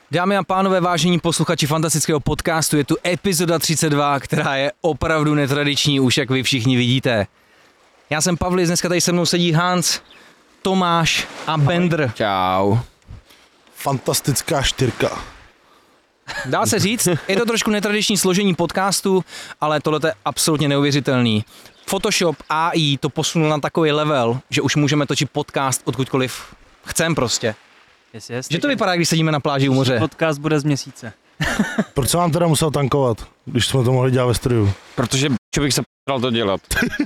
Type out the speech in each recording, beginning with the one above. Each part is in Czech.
Dámy a pánové, vážení posluchači fantastického podcastu, je tu epizoda 32, která je opravdu netradiční, už jak vy všichni vidíte. Já jsem Pavlis, dneska tady se mnou sedí Hans, Tomáš a Bender. Čau. Fantastická štyrka. Dá se říct, je to trošku netradiční složení podcastu, ale tohle je absolutně neuvěřitelný. Photoshop AI to posunul na takový level, že už můžeme točit podcast odkudkoliv chcem prostě. Yes, Že to vypadá, když sedíme na pláži u moře. Podcast bude z měsíce. Proč jsem vám teda musel tankovat, když jsme to mohli dělat ve studiu? Protože bych se p***al to dělat.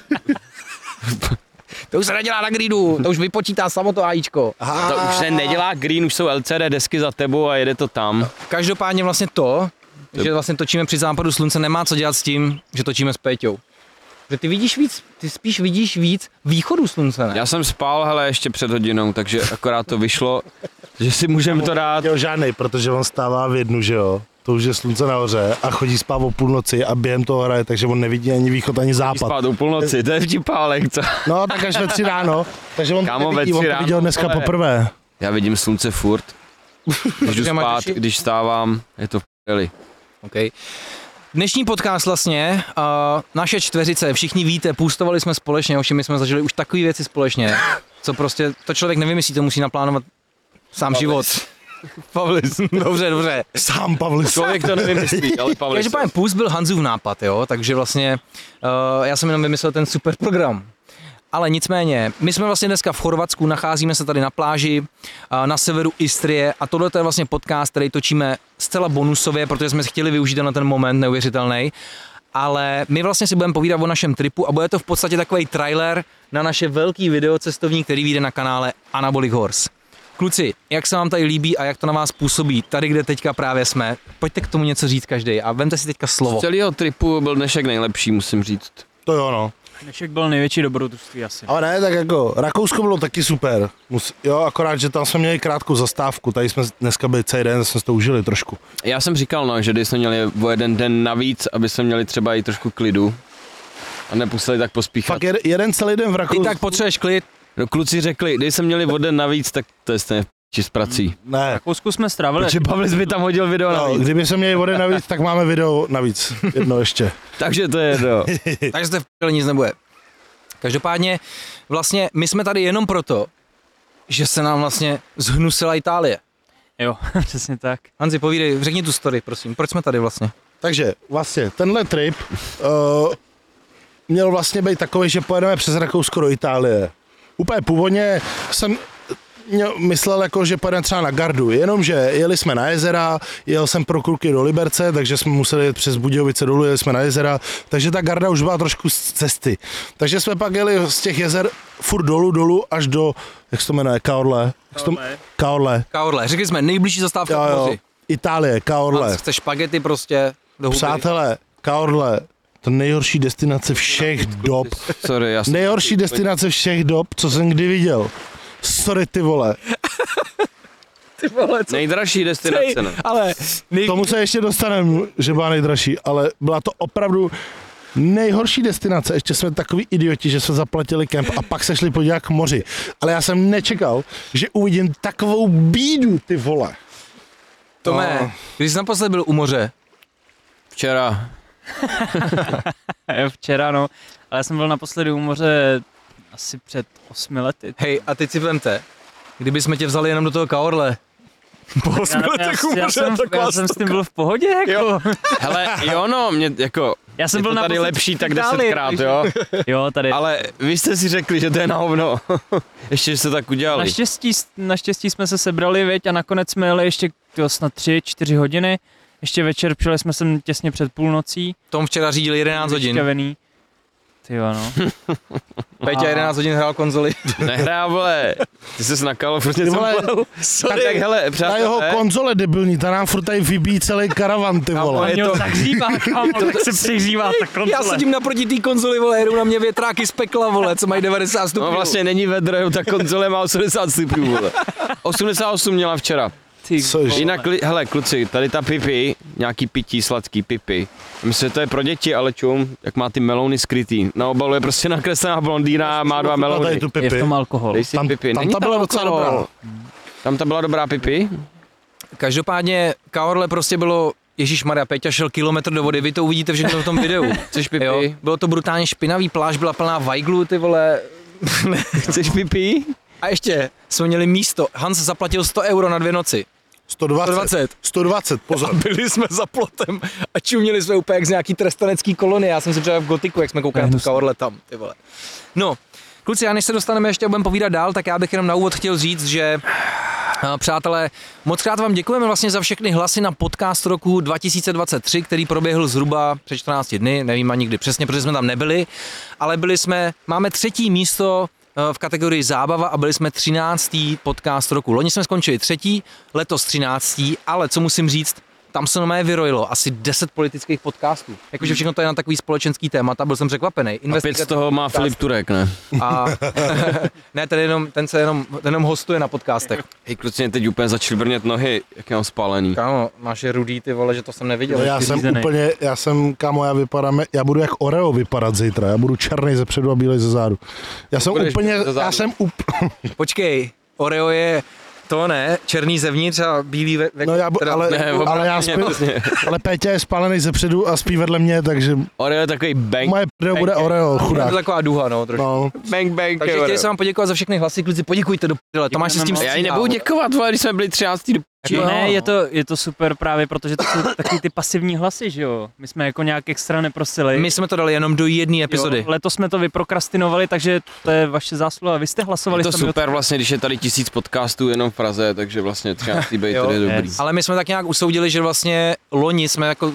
To už se nedělá na greenu, to už vypočítá samo to AIčko. To už se nedělá green, už jsou LCD desky za tebou a jede to tam. Každopádně vlastně to, že vlastně točíme při západu slunce, nemá co dělat s tím, že točíme s Péťou. Že ty vidíš víc, ty spíš vidíš víc východu slunce, ne? Já jsem spal, hele, ještě před hodinou, takže akorát to vyšlo, že si můžeme to dát. Jo, žádnej, protože on stává v 1, že jo? To už je slunce nahoře a chodí spát o půlnoci a během toho hraje, takže on nevidí ani východ, ani západ. Spát o půlnoci, to je vtipálek, co? No, tak až ve 3 ráno, takže on Kámo, to nevidí, ve 3 on to viděl ráno, dneska ale- poprvé. Já vidím slunce furt. Když jdu spát, když stávám, je to v p***li. Okay. Dnešní podcast vlastně, naše čtveřice, všichni víte, půstovali jsme společně, ovšem my jsme zažili už takové věci společně, co prostě, to člověk nevymyslí, to musí naplánovat sám život. Pavlis, dobře. Sám Pavlis. Člověk to nevymyslí, ale Pavlis. Každopádně Půst byl Hanzův nápad, jo, takže vlastně já jsem jenom vymyslel ten super program. Ale nicméně, my jsme vlastně dneska v Chorvatsku, nacházíme se tady na pláži, na severu Istrie a tohle je vlastně podcast, který točíme zcela bonusově, protože jsme chtěli využít na ten moment neuvěřitelný. Ale my vlastně si budeme povídat o našem tripu a bude to v podstatě takový trailer na naše velký video cestovní, který vyjde na kanále Anabolic Horse. Kluci, jak se vám tady líbí a jak to na vás působí, tady, kde teďka právě jsme, pojďte k tomu něco říct každý a vemte si teďka slovo. Z celého tripu byl dnešek nejlepší, musím říct. To jo, no. Dnešek byl největší dobrodružství asi. Ale ne, tak jako, Rakousko bylo taky super. Jo, akorát, že tam jsme měli krátkou zastávku, tady jsme dneska byli celý den, jsme si to užili trošku. Já jsem říkal, no, že když jsme měli o jeden den navíc, aby jsme měli třeba i trošku klidu a nepustili tak pospíchat. Fakt jeden celý den v Ty Rakousku. tak potřebuješ klid. No, kluci řekli, když jsme měli o den navíc, tak to je stejně s prací. Ne. Rakousku jsme strávili. Protože Pavlis by tam hodil video No, navíc. kdyby se měli vody navíc, tak máme video navíc. Jedno ještě. Takže to je jedno. Takže jste v p***li, nic nebude. Každopádně vlastně my jsme tady jenom proto, že se nám vlastně zhnusila Itálie. Jo, přesně tak. Hanzi, povídej, řekni tu story, prosím. Proč jsme tady vlastně? Takže vlastně tenhle trip měl vlastně být takový, že pojedeme přes Rakousko do Itálie. Úplně původně jsem myslel, jako, že pojedeme třeba na Gardu, jenomže jeli jsme na jezera, jel jsem pro kluky do Liberce, takže jsme museli jet přes Budějovice dolů, jeli jsme na jezera, takže ta Garda už byla trošku z cesty. Takže jsme pak jeli z těch jezer furt dolů až do, jak se to jmenuje, Caorle. Kaorle, řekli jsme nejbližší zastávka v moři. Itálie, Caorle. Hans chce špagety prostě do huby. Přátelé, Caorle, to nejhorší destinace všech dob. Sorry, já jsem... Nejhorší destinace všech dob, co jsem kdy viděl. Sorry, ty vole. Ty vole, co? Nejdražší destinace, ne? Ale Tomu se ještě dostaneme, že byla nejdražší, ale byla to opravdu nejhorší destinace. Ještě jsme takový idioti, že jsme zaplatili kemp a pak se šli podívat k moři. Ale já jsem nečekal, že uvidím takovou bídu, ty vole. Tome, když jsi naposled byl u moře, Včera. Jo, včera, no. Ale já jsem byl naposledy u moře asi před 8 lety. hej, a teď si vemte, kdyby jsme tě vzali jenom do toho Kaorle, po 8 letech u moře, Já jsem s tím byl v pohodě, jako. Hele, jo no, mě jako... Já jsem je byl to tady naposled lepší v tak Itálii, 10krát, jo? Jo, tady. Ale vy jste si řekli, že to je na hovno. Ještě jste tak udělali. Naštěstí jsme se sebrali, veď, a nakonec jsme jeli ještě snad 3-4 hodiny. Ještě večer přijeli jsme sem těsně před půlnocí. Tom včera řídil 11 hodin. Vyšťavený. Ty jo, no. Peťa 11 hodin hrál konzoli. Nehrá, vole. Ty jsi nakal, protože Ty jsem vole, byl. Tak hele, ta přátelé. jeho konzole debilní, ta nám furt tady vybíjí celý karavan, ty vole. On to zahřívá, kámo, tak se přihřívá ta konzole. Já sedím naproti té konzoli, vole, jedou na mě větráky z pekla, vole, co mají 90 stupňů. No vlastně není vedro, ta konzole má 80 stupňů, vole. 88 měla včera. Což? Jinak, hele kluci, tady ta pipi, nějaký pití, sladký pipi. Myslím, že to je pro děti, ale čum, jak má ty melouny skrytý. Na obalu je prostě nakreslená blondýna a má 2 Tady melouny. tu Je v pipi. tom alkohol. Dej si Tam- pipi. tam Není ta byla docela alkohol. dobrá. Tam ta byla dobrá pipi? Každopádně Kaorle prostě bylo, ježišmarja, Peťa šel kilometr do vody, vy to uvidíte všechno v tom videu. Chceš pipi? Jo, bylo to brutálně špinavý, pláž byla plná vajglu, ty vole. Chceš pipi? A ještě jsme měli místo, Hans zaplatil 100 euro na 2 noci. 120, pozor. Byli jsme za plotem a čuměli jsme úplně jak z nějaký trestanecký kolonie. Já jsem si třeba v Gotiku, jak jsme koukali na tu Kaorle tam, ty vole. No, kluci, a než se dostaneme ještě a budeme povídat dál, tak já bych jenom na úvod chtěl říct, že přátelé, moc krát vám děkujeme vlastně za všechny hlasy na podcast roku 2023, který proběhl zhruba před 14 dny, nevím ani kdy přesně, protože jsme tam nebyli, ale máme 3. místo v kategorii zábava a byli jsme 13. podcast roku. Loni jsme skončili 3., letos 13., ale co musím říct, tam se normálně vyrojilo asi 10 politických podcastů. Jakože všechno to je na takový společenský témata, byl jsem překvapený. A 5 z toho má Filip Turek, ne? A ne, ten jenom hostuje na podcastech. Hej, kluci, mě teď úplně začali brnět nohy, jak já mám spálený. Kámo, máš je rudý, ty vole, že to jsem neviděl. No já budu jak Oreo vypadat zítra, já budu černý ze předu a bílej ze zádu. Počkej, Oreo je to ne, černý zevnitř a bílý ve no ale Péťa je spálený ze předu a spí vedle mě, takže Oreo je takový bang. Moje prdel bude Oreo, Je chudák. to taková duha, no, trošku. No. Bang, Takže chtěli jsem vám poděkovat za všechny hlasy, kluci, poděkujte do prdele, Tomáš se s tím Já ji nebudu děkovat, vole, když jsme byli 13. do Jako ne, je to super právě, protože to jsou taky ty pasivní hlasy, že jo. My jsme jako nějak extra neprosili. My jsme to dali jenom do jedné epizody. Jo, letos jsme to vyprokrastinovali, takže to je vaše zásluha. Vy jste hlasovali. Je to super vlastně, když je tady 1000 podcastů jenom v Praze, takže vlastně 13. bejt to je dobrý. Ale my jsme tak nějak usoudili, že vlastně loni jsme jako,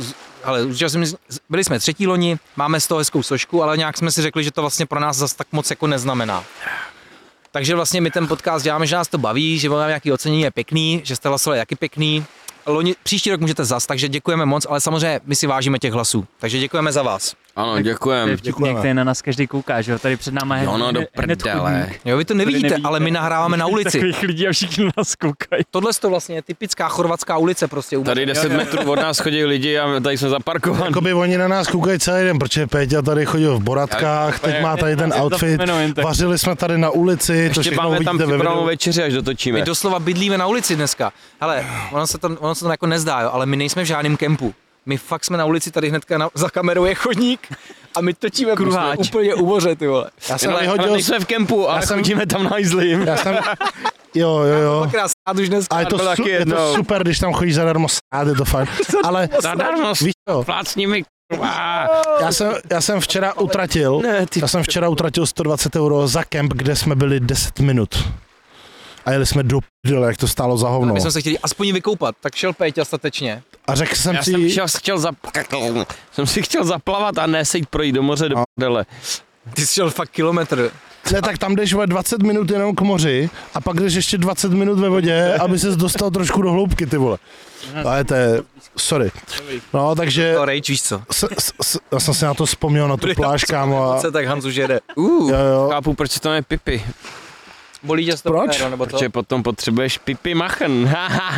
byli jsme 3. loni, máme z toho hezkou sošku, ale nějak jsme si řekli, že to vlastně pro nás zas tak moc jako neznamená. Takže vlastně my ten podcast děláme, že nás to baví, že máme nějaký ocenění, je pěkný, že jste hlasovali jaký pěkný. Příští rok můžete zas, takže děkujeme moc, ale samozřejmě my si vážíme těch hlasů. Takže děkujeme za vás. Ano, děkujeme. Některý na nás každý kouká, že jo, tady před náma je no do prdele. Jo, vy to nevidíte, ale my nahráváme na ulici. Takových lidí a všichni na nás koukají. Tohle to vlastně je typická chorvatská ulice prostě. Tady 10 metrů od nás chodí lidi a tady jsme zaparkovaní. Jakoby oni na nás koukají celý den, protože Péťa tady chodil v boratkách, teď má tady ten outfit, vařili jsme tady na ulici, to všechno máme tam uvidíte ve připravenou videu. večeři, až dotočíme. My doslova bydlíme na ulici dneska. Hele, ono se to jako nezdá, jo, ale my nejsme v žádném kempu. My fakt jsme na ulici, tady hnedka za kamerou je chodník a my točíme Kruháč. úplně u moře, ty vole. Já jsem Ale vyhodil, nejsme v kempu, ale chodíme tam na hajzlím. jo. Dvakrát stát už dneska. A je to super, když tam chodíš zadarmo sát, je to fajn. Ale Zadarmo víš co, plácni mi. já jsem včera utratil 120 euro za kemp, kde jsme byli 10 minut. A jeli jsme do prdele, jak to stálo za hovno. My jsme se chtěli aspoň vykoupat, tak šel Péťa statečně. A řekl jsem Já si... jsem si chtěl zaplavat a ne se jít projít do moře do prdele. Ty jsi šel fakt kilometr. Ne, tak tam jdeš 20 minut jenom k moři a pak jdeš ještě 20 minut ve vodě, aby ses dostal trošku do hloubky, ty vole. Ale to je... Sorry. No, takže... To rejč, víš co? Já jsem si na to vzpomněl, na tu pláž, kámo. A... Tak Hans už jede. Jo. Chápu, proč si to je pipi. Bolí tě to? Proč? Nebo to? Protože potom potřebuješ pipi machen.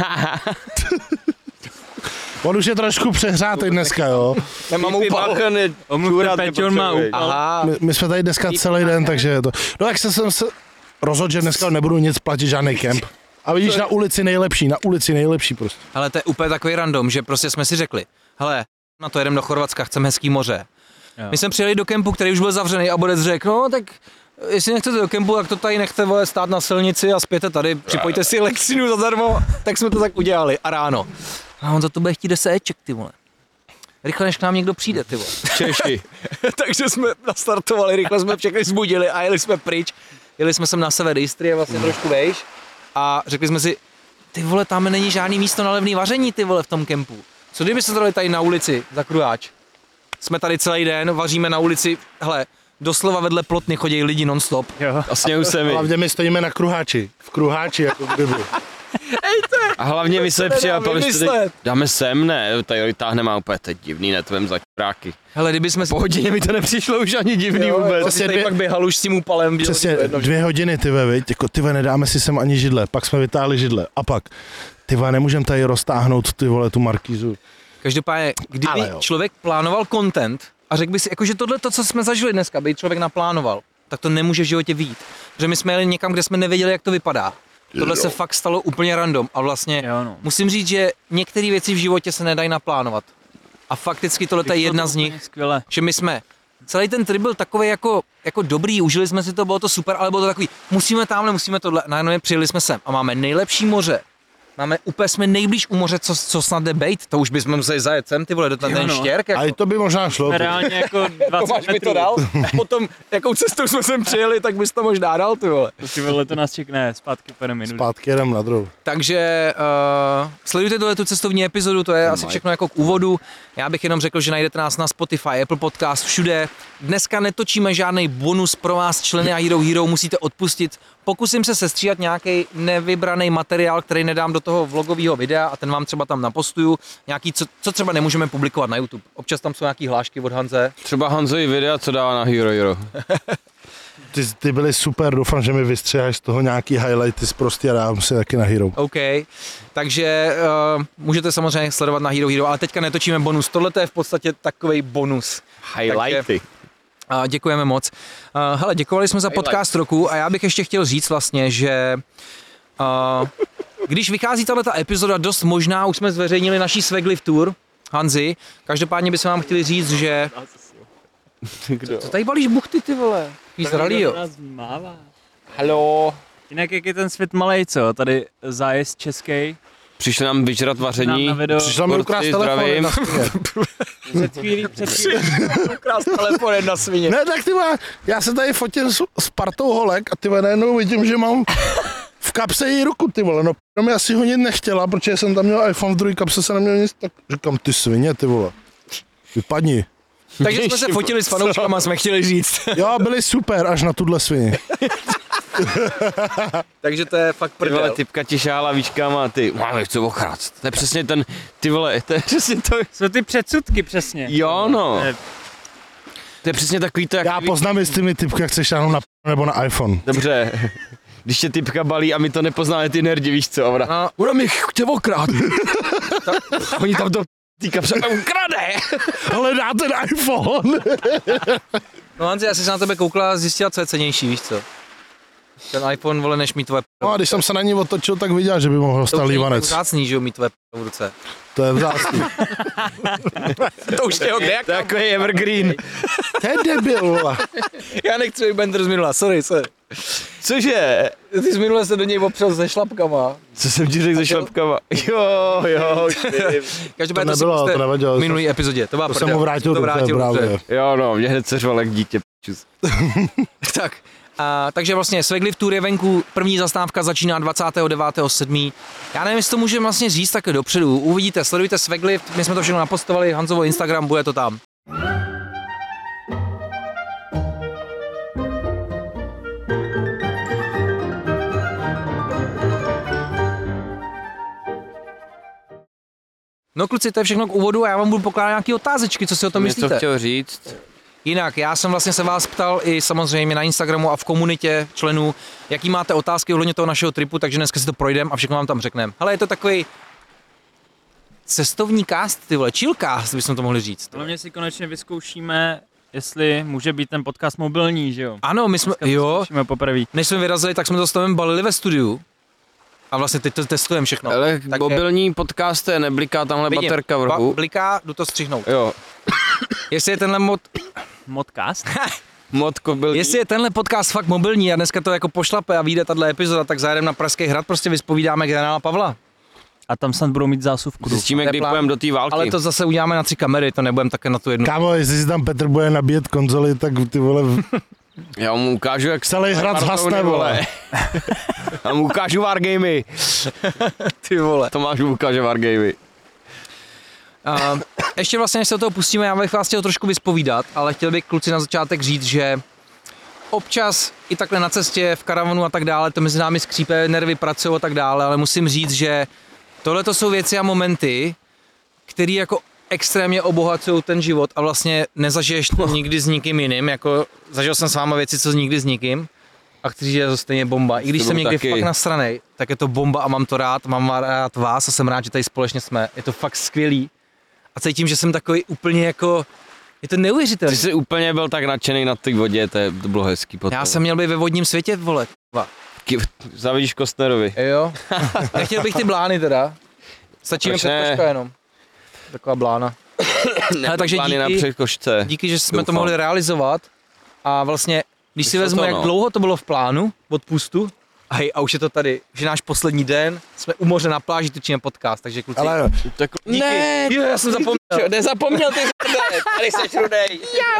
On už je trošku přehrátej dneska, jo. Nemám Pipi úpal. machen je Omluvte, Peťo, on má úpal. Aha. My jsme tady dneska celý den, takže je to... No tak jsem se rozhodl, že dneska nebudu nic platit, žádný kemp. A vidíš, na ulici nejlepší prostě. Ale to je úplně takový random, že prostě jsme si řekli, hele, na to jedem do Chorvatska, chceme hezký moře. Jo. My jsme přijeli do kempu, který už byl zavřený a Bodec řekl, no tak jestli nechcete do kempu, tak to tady nechte vole, stát na silnici a spěte tady, připojte si elektřinu zadarmo, tak jsme to tak udělali a ráno. A on za to bude chtít 10 éček, ty vole. Rychle, než k nám někdo přijde, ty vole. Češi. Takže jsme nastartovali, rychle jsme všechny zbudili a jeli jsme pryč. Jeli jsme sem na sever Istrie, vlastně trošku vejš a řekli jsme si, ty vole, tam není žádný místo na levný vaření, ty vole, v tom kempu. Co kdyby se to dali tady na ulici za Kruháč? Jsme tady celý den, vaříme na ulici, hele, doslova vedle plotny chodí lidi non-stop. Jo. A sněhu se mi. Hlavně my stojíme na Kruháči. V Kruháči, jako v Bibli. A hlavně my se přijapali, že vymyslet. dáme sem, ne, tady vytáhneme úplně, to je divný, netvem za kráky. Hele, kdyby jsme si... Po hodině mi to nepřišlo už ani divný vůbec. Přesně tady pak běhal už s tím úpalem. Přesně 2 hodiny, ty ve, viď? Jako, ty ve, nedáme si sem ani židle. Pak jsme vytáhli židle. A pak, ty ve, nemůžeme tady roztáhnout, ty vole, tu markízu. Každopádně, kdyby člověk plánoval content a řekl by si, jako, že tohle, to, co jsme zažili dneska, by člověk naplánoval, tak to nemůže v životě vyjít. Protože my jsme jeli někam, kde jsme nevěděli, jak to vypadá. Tohle se fakt stalo úplně random a vlastně Jo, no. musím říct, že některé věci v životě se nedají naplánovat. A fakticky tohle je jedna z nich, Skvěle. že my jsme, celý ten trip byl takový jako dobrý, užili jsme si to, bylo to super, ale bylo to takový, musíme tamhle, musíme tohle, najednou přijeli jsme sem a máme nejlepší moře. Úplně jsme nejblíž u moře, co snad jde bejt, to už bychom museli zajet sem, ty vole, do ten no. štěrk. A i to by možná šlo. Reálně jako 20 Tomáš mi to metrů. dal, potom jakou cestou jsme sem přijeli, tak bys to možná dal, ty vole. Ty vole, to nás čekne, zpátky půjdeme minut. Zpátky jedem na druhou. Takže sledujte tu cestovní epizodu, to je asi všechno jako k úvodu. Já bych jenom řekl, že najdete nás na Spotify, Apple Podcast, všude. Dneska netočíme žádný bonus pro vás, členy a Hero, musíte odpustit. Pokusím se sestříhat nějaký nevybraný materiál, který nedám do toho vlogového videa a ten vám třeba tam napostuju. Nějaký, co třeba nemůžeme publikovat na YouTube. Občas tam jsou nějaký hlášky od Hanze. Třeba Hanzovi videa, co dává na Hero. Ty byly super, doufám, že mi vystřiháš z toho nějaký highlighty z prostě a dám si taky na Hero. OK, takže můžete samozřejmě sledovat na Hero, ale teďka netočíme bonus. Tohle je v podstatě takovej bonus. Highlighty. Děkujeme moc. Hele, děkovali jsme za podcast roku a já bych ještě chtěl říct vlastně, že když vychází tato epizoda, dost možná už jsme zveřejnili naší Sveglift Tour, Hanzi. Každopádně bychom vám chtěli říct, že... Co tady balíš buchty, ty vole? Jí zralý, jo. Halo. Jinak jak je ten svět malej, co? Tady zájezd český. Přišli nám vyžrat vaření. Na video. Přišla mi ukrást telefon zdravím. na svině. Před chvílí. Krás telefon na svině. Ne, tak ty vole, já se tady fotím s partou holek a ty vole, najednou vidím, že mám v kapse její ruku, ty vole, no mi asi honit nechtěla, protože jsem tam měl iPhone v druhé kapse, se neměl nic, tak říkám, ty svině, ty vole, vypadni. Takže jsme se fotili s fanouškama, jsme chtěli říct. Jo, byli super, až na tuhle svině. Takže to je fakt Ty vole, prdel. typka ti šála výškama a ty, máme chci okrást. To je přesně ten, ty vole, to je přesně to. Jsou ty předsudky přesně. Jo, no. To je- To je přesně takový to, jak... Já poznám, jestli mi typka chceš šáhnout na nebo na iPhone. Dobře. Když tě typka balí a my to nepoznáme, ty nerdi, víš co, ona, No. ona mi chce okrát. Oni tam to týka před ukrade. Ale dá ten iPhone. No Hanzi, já jsem se na tebe koukla a zjistila, co je cenější, víš co? Ten iPhone, vole, než mít tvoje No a když jsem se na ní otočil, tak viděl, že by mohl dostat lívanec. vzácný, že jo, mít tvoje v ruce. To je vzácný. To už je kde, jak Takový evergreen. To je debil, vole. já nechci být Bender z minula, sorry. Cože? Ty z minule se do něj opřel se šlapkama. Co jsem ti řekl se šlapkama? Jo, už vím. Každopádně To nebylo, si to nevadilo. v minulý epizodě, to byla To prdel. jsem mu vrátil, to je dobře. právě. Jo, no, mě hned seřval jak dítě, pičus. Tak, takže vlastně Sveglift Tour je venku, první zastávka začíná 29.7. Já nevím, jestli to můžeme vlastně říct také dopředu. Uvidíte, sledujte Sveglift, my jsme to všechno napostovali, Hanzovo Instagram, bude to tam. No kluci, to je všechno k úvodu a já vám budu pokládat nějaké otázečky, co si o tom Něco myslíte. chtěl říct. Jinak, já jsem vlastně se vás ptal i samozřejmě na Instagramu a v komunitě členů, jaký máte otázky ohledně toho našeho tripu, takže dneska si to projdeme a všechno vám tam řekneme. Hele, je to takový cestovní cast, ty vole, chill cast, bychom to mohli říct. Hlavně si konečně vyzkoušíme, jestli může být ten podcast mobilní, že jo? Ano, my jsme, jo, Zkoušíme poprvé. než jsme vyrazili, tak jsme to s Tomem balili ve studiu a vlastně teď to testujeme všechno. Ale Tak mobilní podcast je, nebliká tamhle vidím, baterka v rohu. bliká, jdu to střihnout. Jo, Jestli je tenhle Modcast? modko byl. Jestli je tenhle podcast fakt mobilní a dneska to jako pošlape a vyjde tahle epizoda, tak zajedeme na Pražský hrad, prostě vyspovídáme generála Pavla. A tam snad budou mít zásuvku. Zjistíme, To je kdy plán. půjdeme do té války. Ale to zase uděláme na 3 kamery, to nebudeme také na tu jednu. Kámo, jestli si tam Petr bude nabíjet konzoli, tak ty vole, Já mu ukážu, jak celý hrad zhasne, vole. Já mu ukážu wargamey. Ty vole. Tomáš mu ukáže wargamey. Ještě vlastně, než se do toho pustíme, já bych vás chtěl trošku vyspovídat, ale chtěl bych kluci na začátek říct, že občas i takhle na cestě, v karavanu a tak dále, to mezi námi skřípe, nervy pracují a tak dále, ale musím říct, že tohle to jsou věci a momenty, které jako extrémně obohacují ten život a vlastně nezažiješ to nikdy s nikým jiným, jako zažil jsem s váma věci, co nikdy s nikým a chci říct, že je to stejně bomba. I když To jsem bylo někdy taky. fakt nasranej, tak je to bomba a mám to rád, mám rád vás a jsem rád, že tady společně jsme, je to fakt skvělý a cítím, že jsem takový úplně jako, je to neuvěřitelné. Ty jsi úplně byl tak nadšený na té vodě, to bylo hezký potom. Já jsem měl být ve vodním světě, vole. Závidíš Kostnerovi. Jo. Nechtěl bych ty blány teda. Stačí mi Proč ne? předkoška jenom. Taková blána. Hele, takže Plány na předkošce. díky, že jsme to Doufám. mohli realizovat. A vlastně, když si Vyšlo vezmu, to, jak no. dlouho to bylo v plánu, odpustu, a už je to tady, už je náš poslední den, jsme u moře na pláži, točíme podcast, takže kluci. Ale Tak, Ne, jo, já jsem zapomněl. Nezapomněl ty tady seš rudej.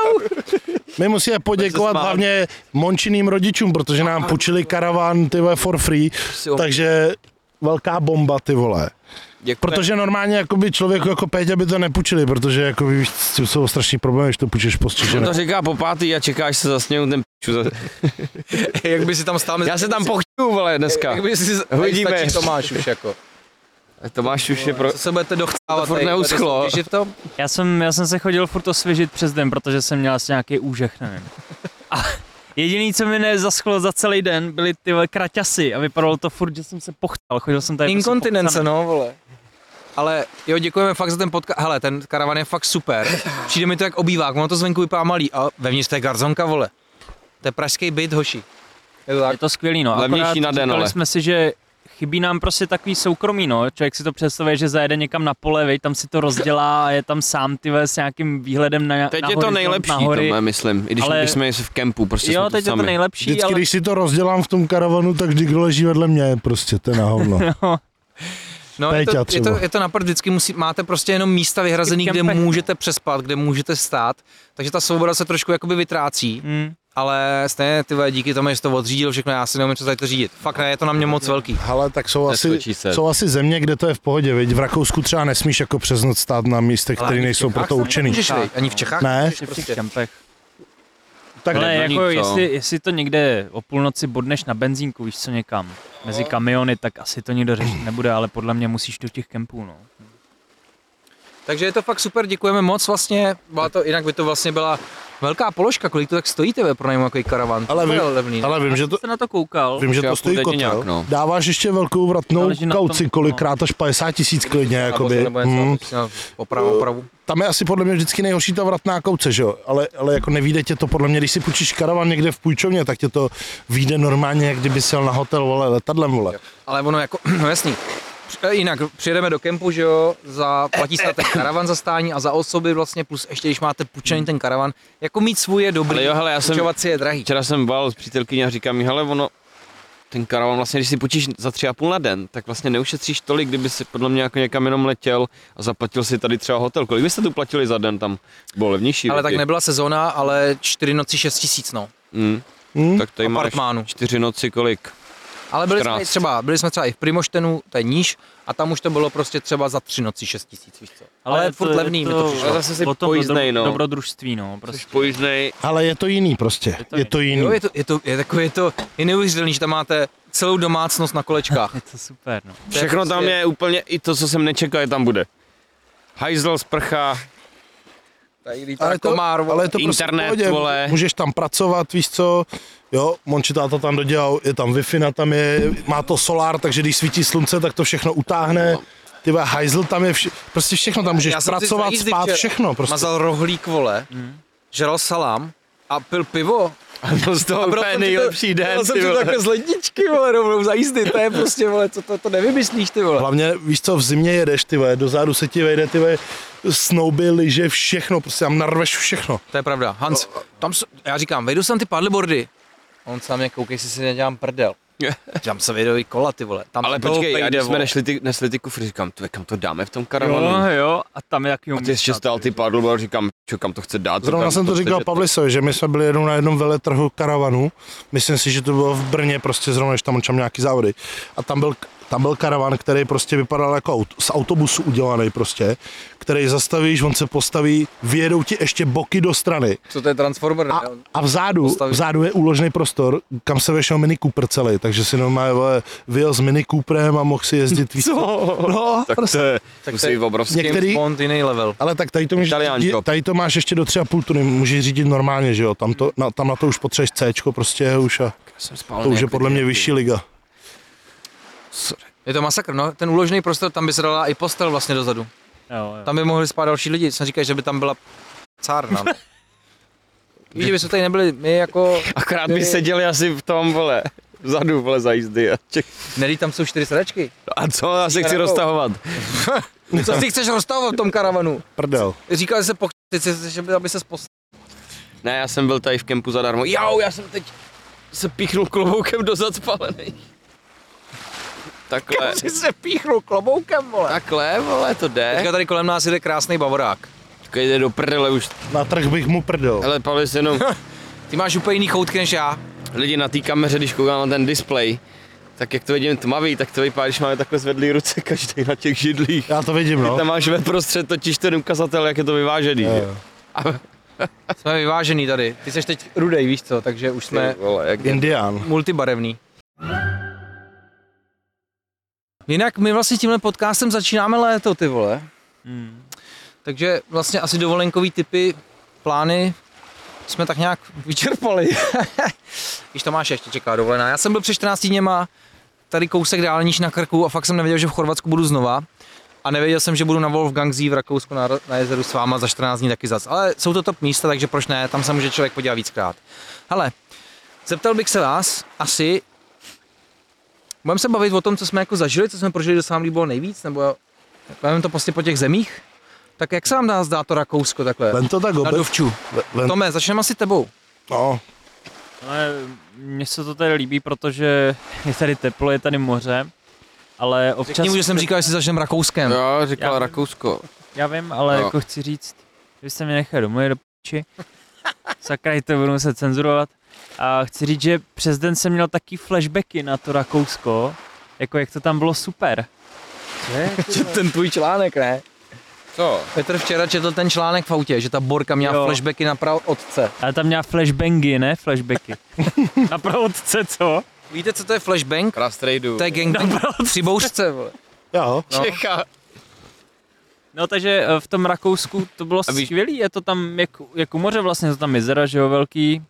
my musíme poděkovat smál. hlavně Mončiným rodičům, protože nám půjčili karavan, ty vole, for free, takže velká bomba, ty vole. Protože normálně jakoby člověku jako Péťa by to nepůjčili, protože jako víš, jsou strašný problémy, když to půjčíš On postřižené. to říká po pátý a čekáš se zasněhu ten p***u. Jak by si tam stál Já se tam pochťuju, vole, dneska. Jak by si Uvidíme. stačí Tomáš už jako. Tomáš už je pro... Co se budete dochcávat? To furt neuschlo. Víš to? Já jsem se chodil furt osvěžit přes den, protože jsem měl asi nějaký úžeh, nevím. A jediný, co mi nezaschlo za celý den, byly ty vole kraťasy a vypadalo to furt, že jsem se pochtal. Chodil jsem tady Inkontinence, no, vole. Ale jo, děkujeme fakt za ten podcast. Hele, ten karavan je fakt super. Přijde mi to jak obývák, ono to zvenku vypadá malý, a vevnitř to je garzonka, vole. To je pražský byt, hoši. Je to tak? Je to skvělý, no. Levnější Akorát na den, říkali ale. jsme si, že chybí nám prostě takový soukromí, no. Člověk si to představuje, že zajede někam na pole, viď, tam si to rozdělá a je tam sám, ty vole, s nějakým výhledem na Teď na je to horizont, nejlepší, na hory. to myslím, i když Ale- jsme v kempu, prostě Jo, jsme teď tu je to sami. nejlepší, Vždycky, ale když si to rozdělám v tom karavanu, tak vždy kdo leží vedle mě, prostě to je na hovno. No, Péťa třeba. je to napad, vždycky máte prostě jenom místa vyhrazený, I v kde kempech. můžete přespat, kde můžete stát, takže ta svoboda se trošku jakoby vytrácí, ale stejně ty vole, díky tomu, že jsi to odřídil všechno, já si neumím představit to řídit. Fakt ne, je to na mě moc velký. Ale tak Neskočí se. jsou asi země, kde to je v pohodě, viď? V Rakousku třeba nesmíš jako přes noc stát na místech, Ale které ani v nejsou Čechách pro to se určený. nemůžeš, viď? Ani v Čechách? Ne. nemůžeš v těch prostě. kempech. Tak Ale není jako to. jestli to někde o půlnoci bodneš na benzínku, víš co, někam, mezi kamiony, tak asi to nikdo řešit nebude, ale podle mě musíš do těch kempů, no. Takže je to fakt super, děkujeme moc vlastně, jinak by to vlastně byla velká položka, kolik to tak stojí tebe pro najmu takový karavan, Ale to je vím- levný. Ale vím, že to, Jste na to koukal? vím, že Já to stojí půjde kotel. nějak, no. Dáváš ještě velkou vratnou Záleží na tom, kauci, kolikrát až 50 000 klidně, jakoby. Nebo něco, na opravu. Tam je asi podle mě vždycky nejhorší ta vratná kauce, že jo? Ale jako nevíde tě to podle mě, když si půjčíš karavan někde v půjčovně, tak tě to vyjde normálně, jak kdyby jel na hotel, vole, letadlem, vole. Ale ono jako, no jasný. Jinak přijedeme do kempu, že jo, platí se na ten karavan za stání a za osoby vlastně, plus ještě když máte půjčený ten karavan, jako mít svůj je dobrý, Ale jo, hele, já jsem- půjčovat si je drahý. Včera jsem volal s přítelkyní a říkám mi, hele, ono, ten karavan vlastně, když si půjčíš za 3,5 na den, tak vlastně neušetříš tolik, kdyby si podle mě jako někam jenom letěl a zaplatil si tady třeba hotel. Kolik byste tu platili za den, tam bylo levnější. Ale věci. tak nebyla sezóna, ale 4 noci 6 000, no. Tak tady máš Apartmánu. 4 noci kolik? Ale byli 14. jsme třeba i v Primoštenu, to je níž, a tam už to bylo prostě třeba za 3 noci 6 000, víš co. Ale furt levný mi to přišlo. Ale zase si potom pojízdnej, no. Dobrodružství, no, Jsi prostě. pojízdnej. Ale je to jiný prostě, je to jiný. Jo, je neuvěřitelný, že tam máte celou domácnost na kolečkách. Je to super, no. Všechno tam je úplně, i to, co jsem nečekal, je tam bude. Hajzl, sprcha, Ale je to internet, prostě v pohodě. vole. Můžeš tam pracovat, víš co, jo, Monči táta tam dodělal, je tam Wi-Fi, tam je, má to solár, takže když svítí slunce, tak to všechno utáhne. Ty vole, hajzl tam je, prostě všechno tam můžeš pracovat, spát, všechno prostě. Mazal rohlík, vole, žral salám a pil pivo. a byl z toho úplně nejlepší den, Já jsem ty to vole. takhle z ledničky, vole, rovnou za jízdy, to je prostě, vole, to nevymyslíš, ty vole. Hlavně, víš co, v zimě jedeš, ty vole, dozadu se ti vejde, ty vole, snouby, lyže, všechno, prostě tam narveš všechno. To je pravda. Hans, já říkám, vejdu sem ty paddleboardy. On sám mě koukej, jestli si nedělám prdel. Tam se vejdou i kola, ty vole. Tam Ale to počkej, pejde, a když jsme vole. nesli ty kufry, říkám, kam to dáme v tom karavanu? Jo, a tam je jaký A ty ještě stál ty paddleboard, říkám, kam to chce dát. Zrovna tam jsem to prostě, říkal že Pavlisovi, že my jsme byli jednou na jednom veletrhu karavanu, myslím si, že to bylo v Brně, prostě zrovna, když tam nějaký závody. A tam byl karavan, který prostě vypadal jako z autobusu udělaný prostě, který zastavíš, on se postaví, vyjedou ti ještě boky do strany. Co to je Transformer? A vzadu je úložný prostor, kam se vešel Mini Cooper celý, takže si normálně vole, vyjel s Mini Cooperem a mohl si jezdit víc. No, Tak prostě. to je, Tak musí to je- být obrovský. Některý- Bond jiný level. Ale tak Italiánčko. tady to máš ještě do 3,5 tuny, můžeš řídit normálně, že jo, tam na to už potřebuješ Cčko prostě už a Jsem spál to už je nějak podle mě lidi. vyšší liga. Sorry. Je to masakr, no. Ten úložný prostor, tam by se dala i postel vlastně dozadu. Jo. Tam by mohli spát další lidi. Jsem říkal, že by tam byla cárna. Víš, že by jsme tady nebyli my jako... Akorát by seděli asi v tom, vole, vzadu, vole, za jízdy. Nelí, tam jsou 4 sedačky. A co, já se chci roztahovat. Co si chceš rozstavovat v tom karavanu? Prdel. Říkal, že se aby se poslal. Ne, já jsem byl tady v kempu zadarmo. Já jsem teď se píchnul kloboukem do zad spalený. Takhle. Jsi se píchnul kloboukem, vole. Takhle, vole, to jde. Teďka tady kolem nás jde krásný bavorák. Teďka jde do prdele už. Na trh bych mu prdel. Hele, Pavlis, jenom Ty máš úplně jiný choutky než já. lidi na té kameře, když koukám na ten displej, tak jak to vidím tmavý, tak to vypadá, když máme takhle zvedlý ruce každý na těch židlích. Já to vidím, no. Tam máš ve prostřed totiž ten ukazatel, jak je to vyvážený. Jo. Jsme vyvážený tady. Ty jsi teď rudej, víš co, takže už jsme Vole, jak Indián. multibarevný. Jinak my vlastně tímhle podcastem začínáme léto, ty vole. Takže vlastně asi dovolenkový typy, plány jsme tak nějak vyčerpali. Když to máš ještě čeká dovolená. Já jsem byl před 14 dněma tady kousek dálnič na Krku a fakt jsem nevěděl, že v Chorvatsku budu znova. A nevěděl jsem, že budu na Wolfgangsee v Rakousku na jezeru s váma za 14 dní taky zas. Ale jsou to top místa, takže proč ne, tam se může člověk podívat víckrát. Hele, zeptal bych se vás asi, budeme se bavit o tom, co jsme jako zažili, co jsme prožili, co se vám líbilo nejvíc, nebo budeme to prostě po těch zemích? Tak jak se vám dá zdát to Rakousko takhle? Ven to tak Na obec. dovču. Tome, začneme asi tebou. No, Ale mně se to tady líbí, protože je tady teplo, je tady moře, ale občas... Řekni mu, že jsem říkal, že si začneme Rakouskem. Jo, říkal Já- Rakousko. Já vím, ale No. jako chci říct, že jste mě nechali domů do piči. Sakra, to budu muset cenzurovat. A chci říct, že přes den jsem měl taky flashbacky na to Rakousko, jako jak to tam bylo super. Ten tvůj článek, ne? Co? Petr včera četl ten článek v autě, že ta Borka měla Jo. flashbacky na otce. Ale tam měla flashbangy, ne flashbacky. Na provodce, co? Víte, co to je flashbang? Rastrejdu. To je gangbang při bouřce, vole. jo. No. Čecha. No takže v tom Rakousku to bylo A víš- skvělý, je to tam jak u moře vlastně, jsou tam jezera, že jo, velký.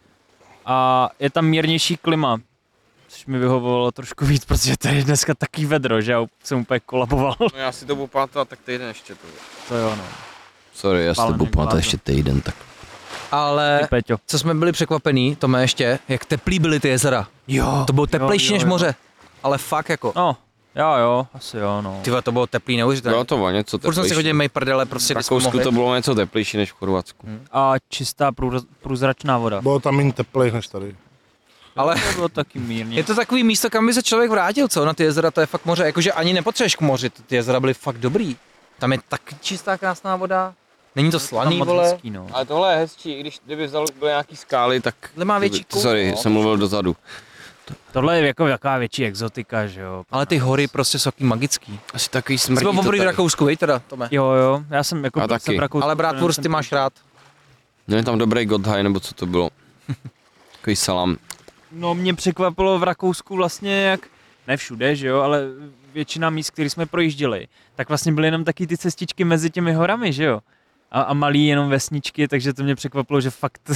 A je tam mírnější klima, což mi vyhovovalo trošku víc, protože tady je dneska taký vedro, že já jsem úplně kolaboval. No já si to budu pamatovat tak týden ještě to. To jo, no. Sorry, já si to Pálený budu pamatovat blázen. ještě týden, tak. Ale Ty Peťo. co jsme byli překvapení, Tome ještě, jak teplý byly ty jezera. Jo. To bylo teplejší než jo. moře. Ale fakt jako. No, jo, asi jo, no. Tyhle, to bylo teplý neuvěřitelně. Jo, to bylo něco Furt jsem si teplejší. chodil mej prdele, prostě V když jsme Rakousku mohli. to bylo něco teplejší než v Chorvatsku. A čistá průzračná voda. Bylo tam méně teplej než tady. Ale To bylo taky mírně. je to takový místo, kam by se člověk vrátil, co? Na ty jezera, to je fakt moře. Jakože ani nepotřebuješ k moři, ty jezera byly fakt dobrý. Tam je tak čistá, krásná voda. Není to slaný, moc vole. hezký, no. Ale tohle je hezčí, i když kdyby vzal byly nějaký skály, tak... Tohle má větší kout, Sorry, no. jsem mluvil dozadu. Tohle je jako jaká větší exotika, že jo. Ale ty hory prostě jsou taky magický. Asi takový Jsi smrdí byl to poprvé v tady. Rakousku, víš teda, Tome? Jo, já jsem jako A byl taky. jsem v Rakousku, Ale bratwurst ty máš rád. Měli tam dobrý Gotthai, nebo co to bylo. Takový salám. No mě překvapilo v Rakousku vlastně jak, ne všude, že jo, ale většina míst, které jsme projížděli, tak vlastně byly jenom taky ty cestičky mezi těmi horami, že jo. A malý jenom vesničky, takže to mě překvapilo, že fakt,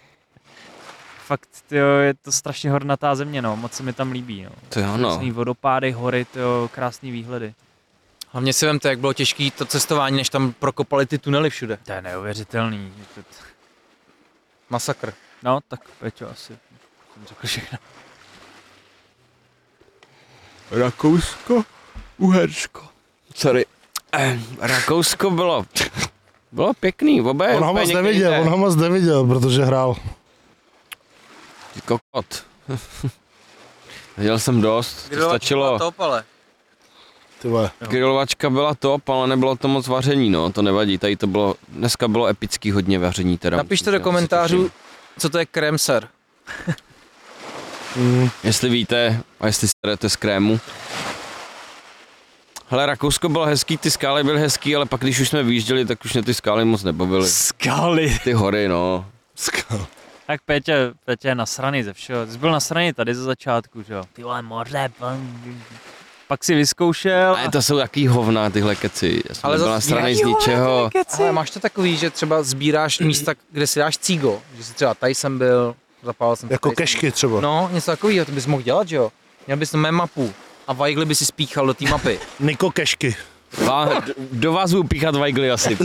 fakt, tyjo, je to strašně hornatá země, no, moc se mi tam líbí, no. To jo, no. Krásný vodopády, hory, tyjo, krásný výhledy. Hlavně si vemte, jak bylo těžké to cestování, než tam prokopali ty tunely všude. To je neuvěřitelný. Masakr. No, tak Peťo, asi jsem řekl všechno. Rakousko, Uhersko. Sorry. Rakousko bylo pěkný, oba je On ho úplně moc někde neviděl, jinde. on ho moc neviděl, protože hrál. Ty kokot. Viděl jsem dost, to stačilo. Top, ale. Ty vole. Grilovačka byla top, ale nebylo to moc vaření, no, to nevadí. Tady to bylo, dneska bylo epický hodně vaření teda. Napište do komentářů, co to je kremser. Jestli víte a jestli jdete z krému. Hele, Rakousko bylo hezký, ty skály byly hezký, ale pak když už jsme vyjížděli, tak už mě ty skály moc nebavily. Skaly. Ty hory, no. Tak Pétě je nasraný ze všeho. Jsi byl nasraný tady ze začátku, že jo? Ty vole, moře, pak si vyzkoušel Ale to jsou jaký hovna tyhle keci. Já jsem Ale byl zas- na straně z jo, ničeho. Ale máš to takový, že třeba sbíráš místa, kde si dáš cígo. Že si třeba tady jsem byl, zapálil jsem. Jako tady jsem kešky třeba. byl. No, něco takového, to bys mohl dělat, že jo? Měl bys mé mapu a vajgly by si spíchal do té mapy. Niko kešky. Do vás budu píchat vajgly asi.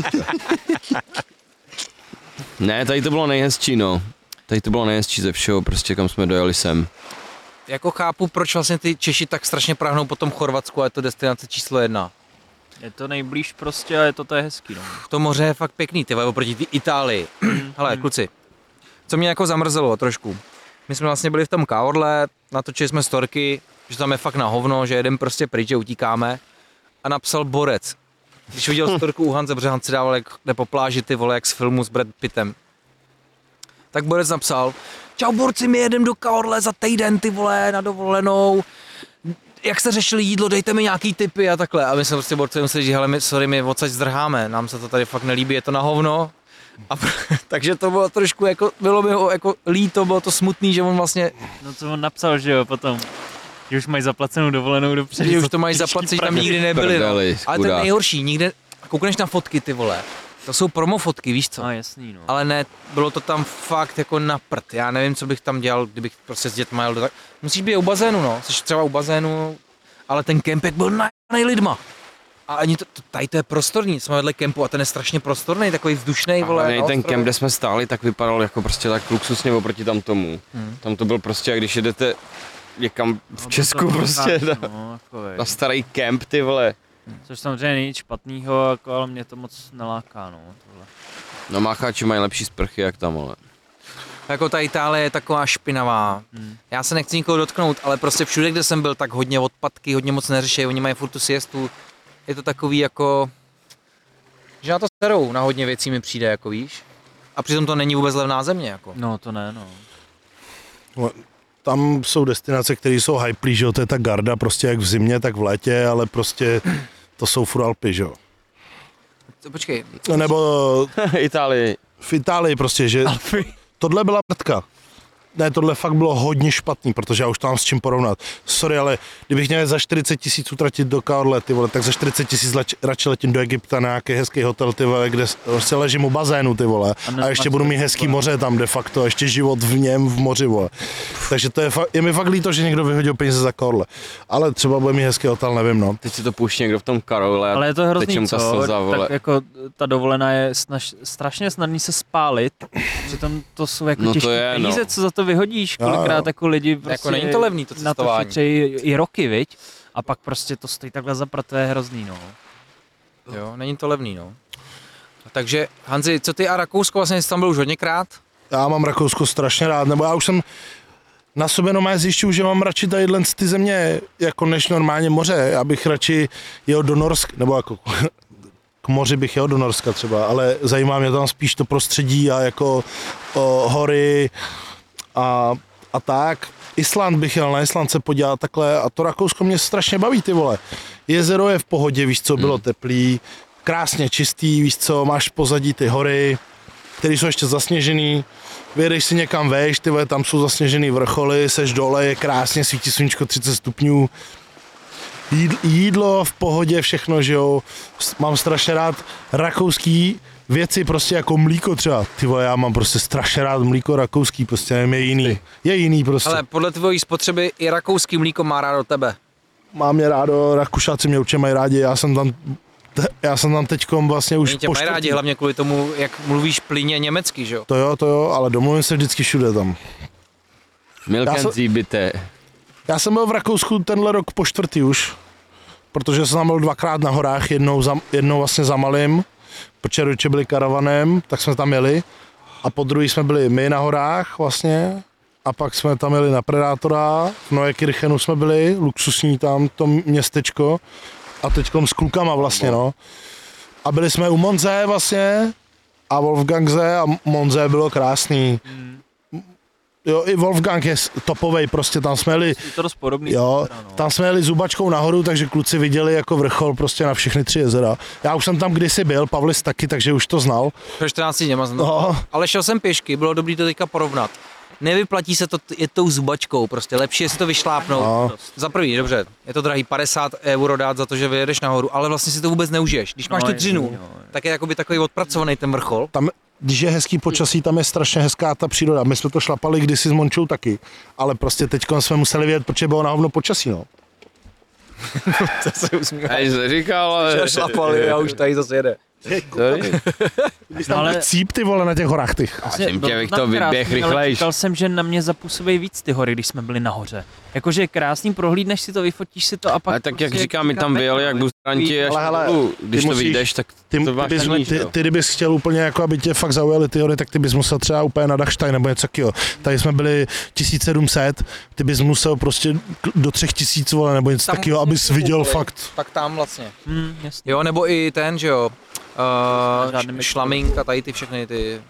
Ne, tady to bylo nejhezčí, no. Tady to bylo nejhezčí ze všeho, prostě kam jsme dojeli sem. jako chápu, proč vlastně ty Češi tak strašně prahnou po tom Chorvatsku a je to destinace číslo 1. Je to nejblíž prostě a to je hezký, no. To moře je fakt pěkný, ty vole, oproti té Itálii. Hele, kluci, co mě jako zamrzelo trošku. My jsme vlastně byli v tom Kaorle, natočili jsme storky, že tam je fakt na hovno, že jedem prostě pryč, že utíkáme. A napsal Borec. Když viděl storku u Hanze, protože Hanze dával, jak jde po pláži, ty vole, jak z filmu s Brad Pittem. Tak Borec napsal, čau borci, my jedem do Kaorle za týden, ty vole, na dovolenou. Jak jste řešili jídlo, dejte mi nějaký tipy a takhle. A my jsme prostě borci museli říct, hele, my odsaď zdrháme, nám se to tady fakt nelíbí, je to na hovno. A takže to bylo trošku, jako, bylo mi ho jako líto, bylo to smutný, že on vlastně... No co on napsal, že jo, potom. Že už mají zaplacenou dovolenou dopředu. Že už to mají zaplacený, že tam nikdy nebyli, no. Ale to je nejhorší, nikde, koukneš na fotky, ty vole. To jsou promo fotky, víš co? No jasný, no. Ale ne, bylo to tam fakt jako na prd. Já nevím, co bych tam dělal, kdybych prostě s dětma jel do tak... Musíš být u bazénu, no. Jsi třeba u bazénu, ale ten kempek byl najený lidma. A ani tady to je prostorný, jsme vedle kempu a ten je strašně prostorný, takový vzdušný, vole. Ale ten kemp, kde jsme stáli, tak vypadal jako prostě tak luxusně oproti tam tomu. Tam to byl prostě, jak když jedete někam v Česku prostě na starý kemp, ty vole. Což samozřejmě není špatnýho, jako, ale mě to moc neláká, no. Tohle. No Mácháči mají lepší sprchy jak tam, ale. Jako ta Itálie je taková špinavá. Já se nechci nikoho dotknout, ale prostě všude, kde jsem byl, tak hodně odpadky, hodně moc neřeší, oni mají furt tu siestu. Je to takový jako, že na to serou na hodně věcí mi přijde, jako víš. A přitom to není vůbec levná země, jako. No to ne, no. Tam jsou destinace, které jsou hype, že jo, to je ta Garda, prostě jak v zimě, tak v létě, ale prostě to jsou furt Alpy, že jo. Počkej. Nebo Itálii. v Itálii prostě, že tohle byla mrtka. Ne, tohle fakt bylo hodně špatný, protože já už to mám s čím porovnat. Sorry, ale kdybych měl za 40 000 utratit do Kaorle, ty vole, tak za 40 000 radši letím do Egypta na nějaký hezký hotel, ty vole, kde se ležím u bazénu, ty vole. A ještě budu mít hezký moře tam de facto, a ještě život v něm v moři, vole. Takže to je mi fakt líto, že někdo vyhodil peníze za Kaorle. Ale třeba bude mít hezký hotel, nevím, no. Teď si to pouští někdo v tom Kaorle. Ale je to hrozný, co? Slza, tak jako ta dovolená je strašně snadný se spálit. Přitom to jsou jako no těžké peníze, no. Co za to vyhodíš, kolikrát jako lidi prostě jako není to levný to cestování. Na to šetřejí i roky, viď? A pak prostě to stojí takhle za prd, to je hrozný, no. Jo, není to levný, no. Takže Hanzi, co ty a Rakousko, vlastně jsi tam byl už hodněkrát? Já mám Rakousko strašně rád, nebo já už jsem na sobě nomé zjišťuju, že mám radši tadyhle ty země, jako než normálně moře. Já bych radši jel do Norska, nebo jako k moři bych jel do Norska třeba, ale zajímá mě tam spíš to prostředí a jako hory a tak. Island bych jel na Island se podívat takhle a to Rakousko mě strašně baví, ty vole. Jezero je v pohodě, víš co, bylo teplý, krásně čistý, víš co, máš pozadí ty hory, které jsou ještě zasněžený, vyjedeš si někam vejš, ty vole, tam jsou zasněžený vrcholy, seš dole, je krásně, svítí sluníčko 30 stupňů. Jídlo v pohodě, všechno, že jo, mám strašně rád rakouský věci, prostě jako mlíko třeba, ty vole, já mám prostě strašně rád mlíko rakouský, prostě nevím, je jiný prostě. Ale podle tvojí spotřeby i rakouský mlíko má rádo tebe. Mám je rádo, Rakušáci mě určitě mají rádi, já jsem tam teďkom vlastně už tě mají rádi, hlavně kvůli tomu, jak mluvíš plyně německy, že jo? To jo, ale domluvím se vždycky všude tam. Milkenzíbité. Já jsem byl v Rakousku tenhle rok po čtvrtý už, protože jsem tam byl dvakrát na horách, jednou vlastně za Malým, protože rodiče byli karavanem, tak jsme tam jeli a po druhý jsme byli my na horách vlastně a pak jsme tam jeli na Predátora, v Neuekirchenu jsme byli, luxusní tam to městečko a teďkom s klukama vlastně, no. A byli jsme u Monze vlastně a Wolfgangze a Monze bylo krásný. Jo, i Wolfgang je topovej, prostě tam jsme jeli, Je to dost podobný. jo, Teda, no. tam jsme jeli zubačkou nahoru, takže kluci viděli jako vrchol prostě na všechny 3 jezera. Já už jsem tam kdysi byl, Pavlis taky, takže už to znal. Pro 14 dněma jsem No. Ale šel jsem pěšky, bylo dobrý to teďka porovnat. Nevyplatí se to jet tou zubačkou, prostě lepší je si to vyšlápnout. No. Za první, dobře, je to drahý 50 € dát za to, že vyjedeš nahoru, ale vlastně si to vůbec neužiješ. Když máš tu dřinu, tak je jakoby takový odpracovaný ten vrchol. Tam, když je hezký počasí, tam je strašně hezká ta příroda. My jsme to šlapali kdysi s Mončou taky, ale prostě teďko jsme museli vyjet, protože bylo na hovno počasí, no. To se usmívá. Já jsi neříkal, ale... Šlapali a už tady zase jede. ale Cíp ty vole na těch horách, ty. Tím tě bych to vyběh rychlejš. Říkal jsem, že na mě zapůsobí víc ty hory, když jsme byli nahoře. Jakože krásný, prohlídneš si to, vyfotíš si to a pak... Ale tak jak prostě říkám, my tam vyjeli jak bustranti až Ale dolů. Když ty to musíš- vyjdeš, tak to máš tak níž, jo. Ty kdybys chtěl úplně jako, aby tě fakt zaujaly ty hory, tak ty bys musel třeba úplně na Dachstein nebo něco takového. Tady jsme byli 1700, ty bys musel prostě do 3000 vole nebo něco takového, abys viděl fakt. Tak tam vlastně. Jasně. Jo, nebo i ten, že jo, Žádný šlamink a tady ty všechny ty.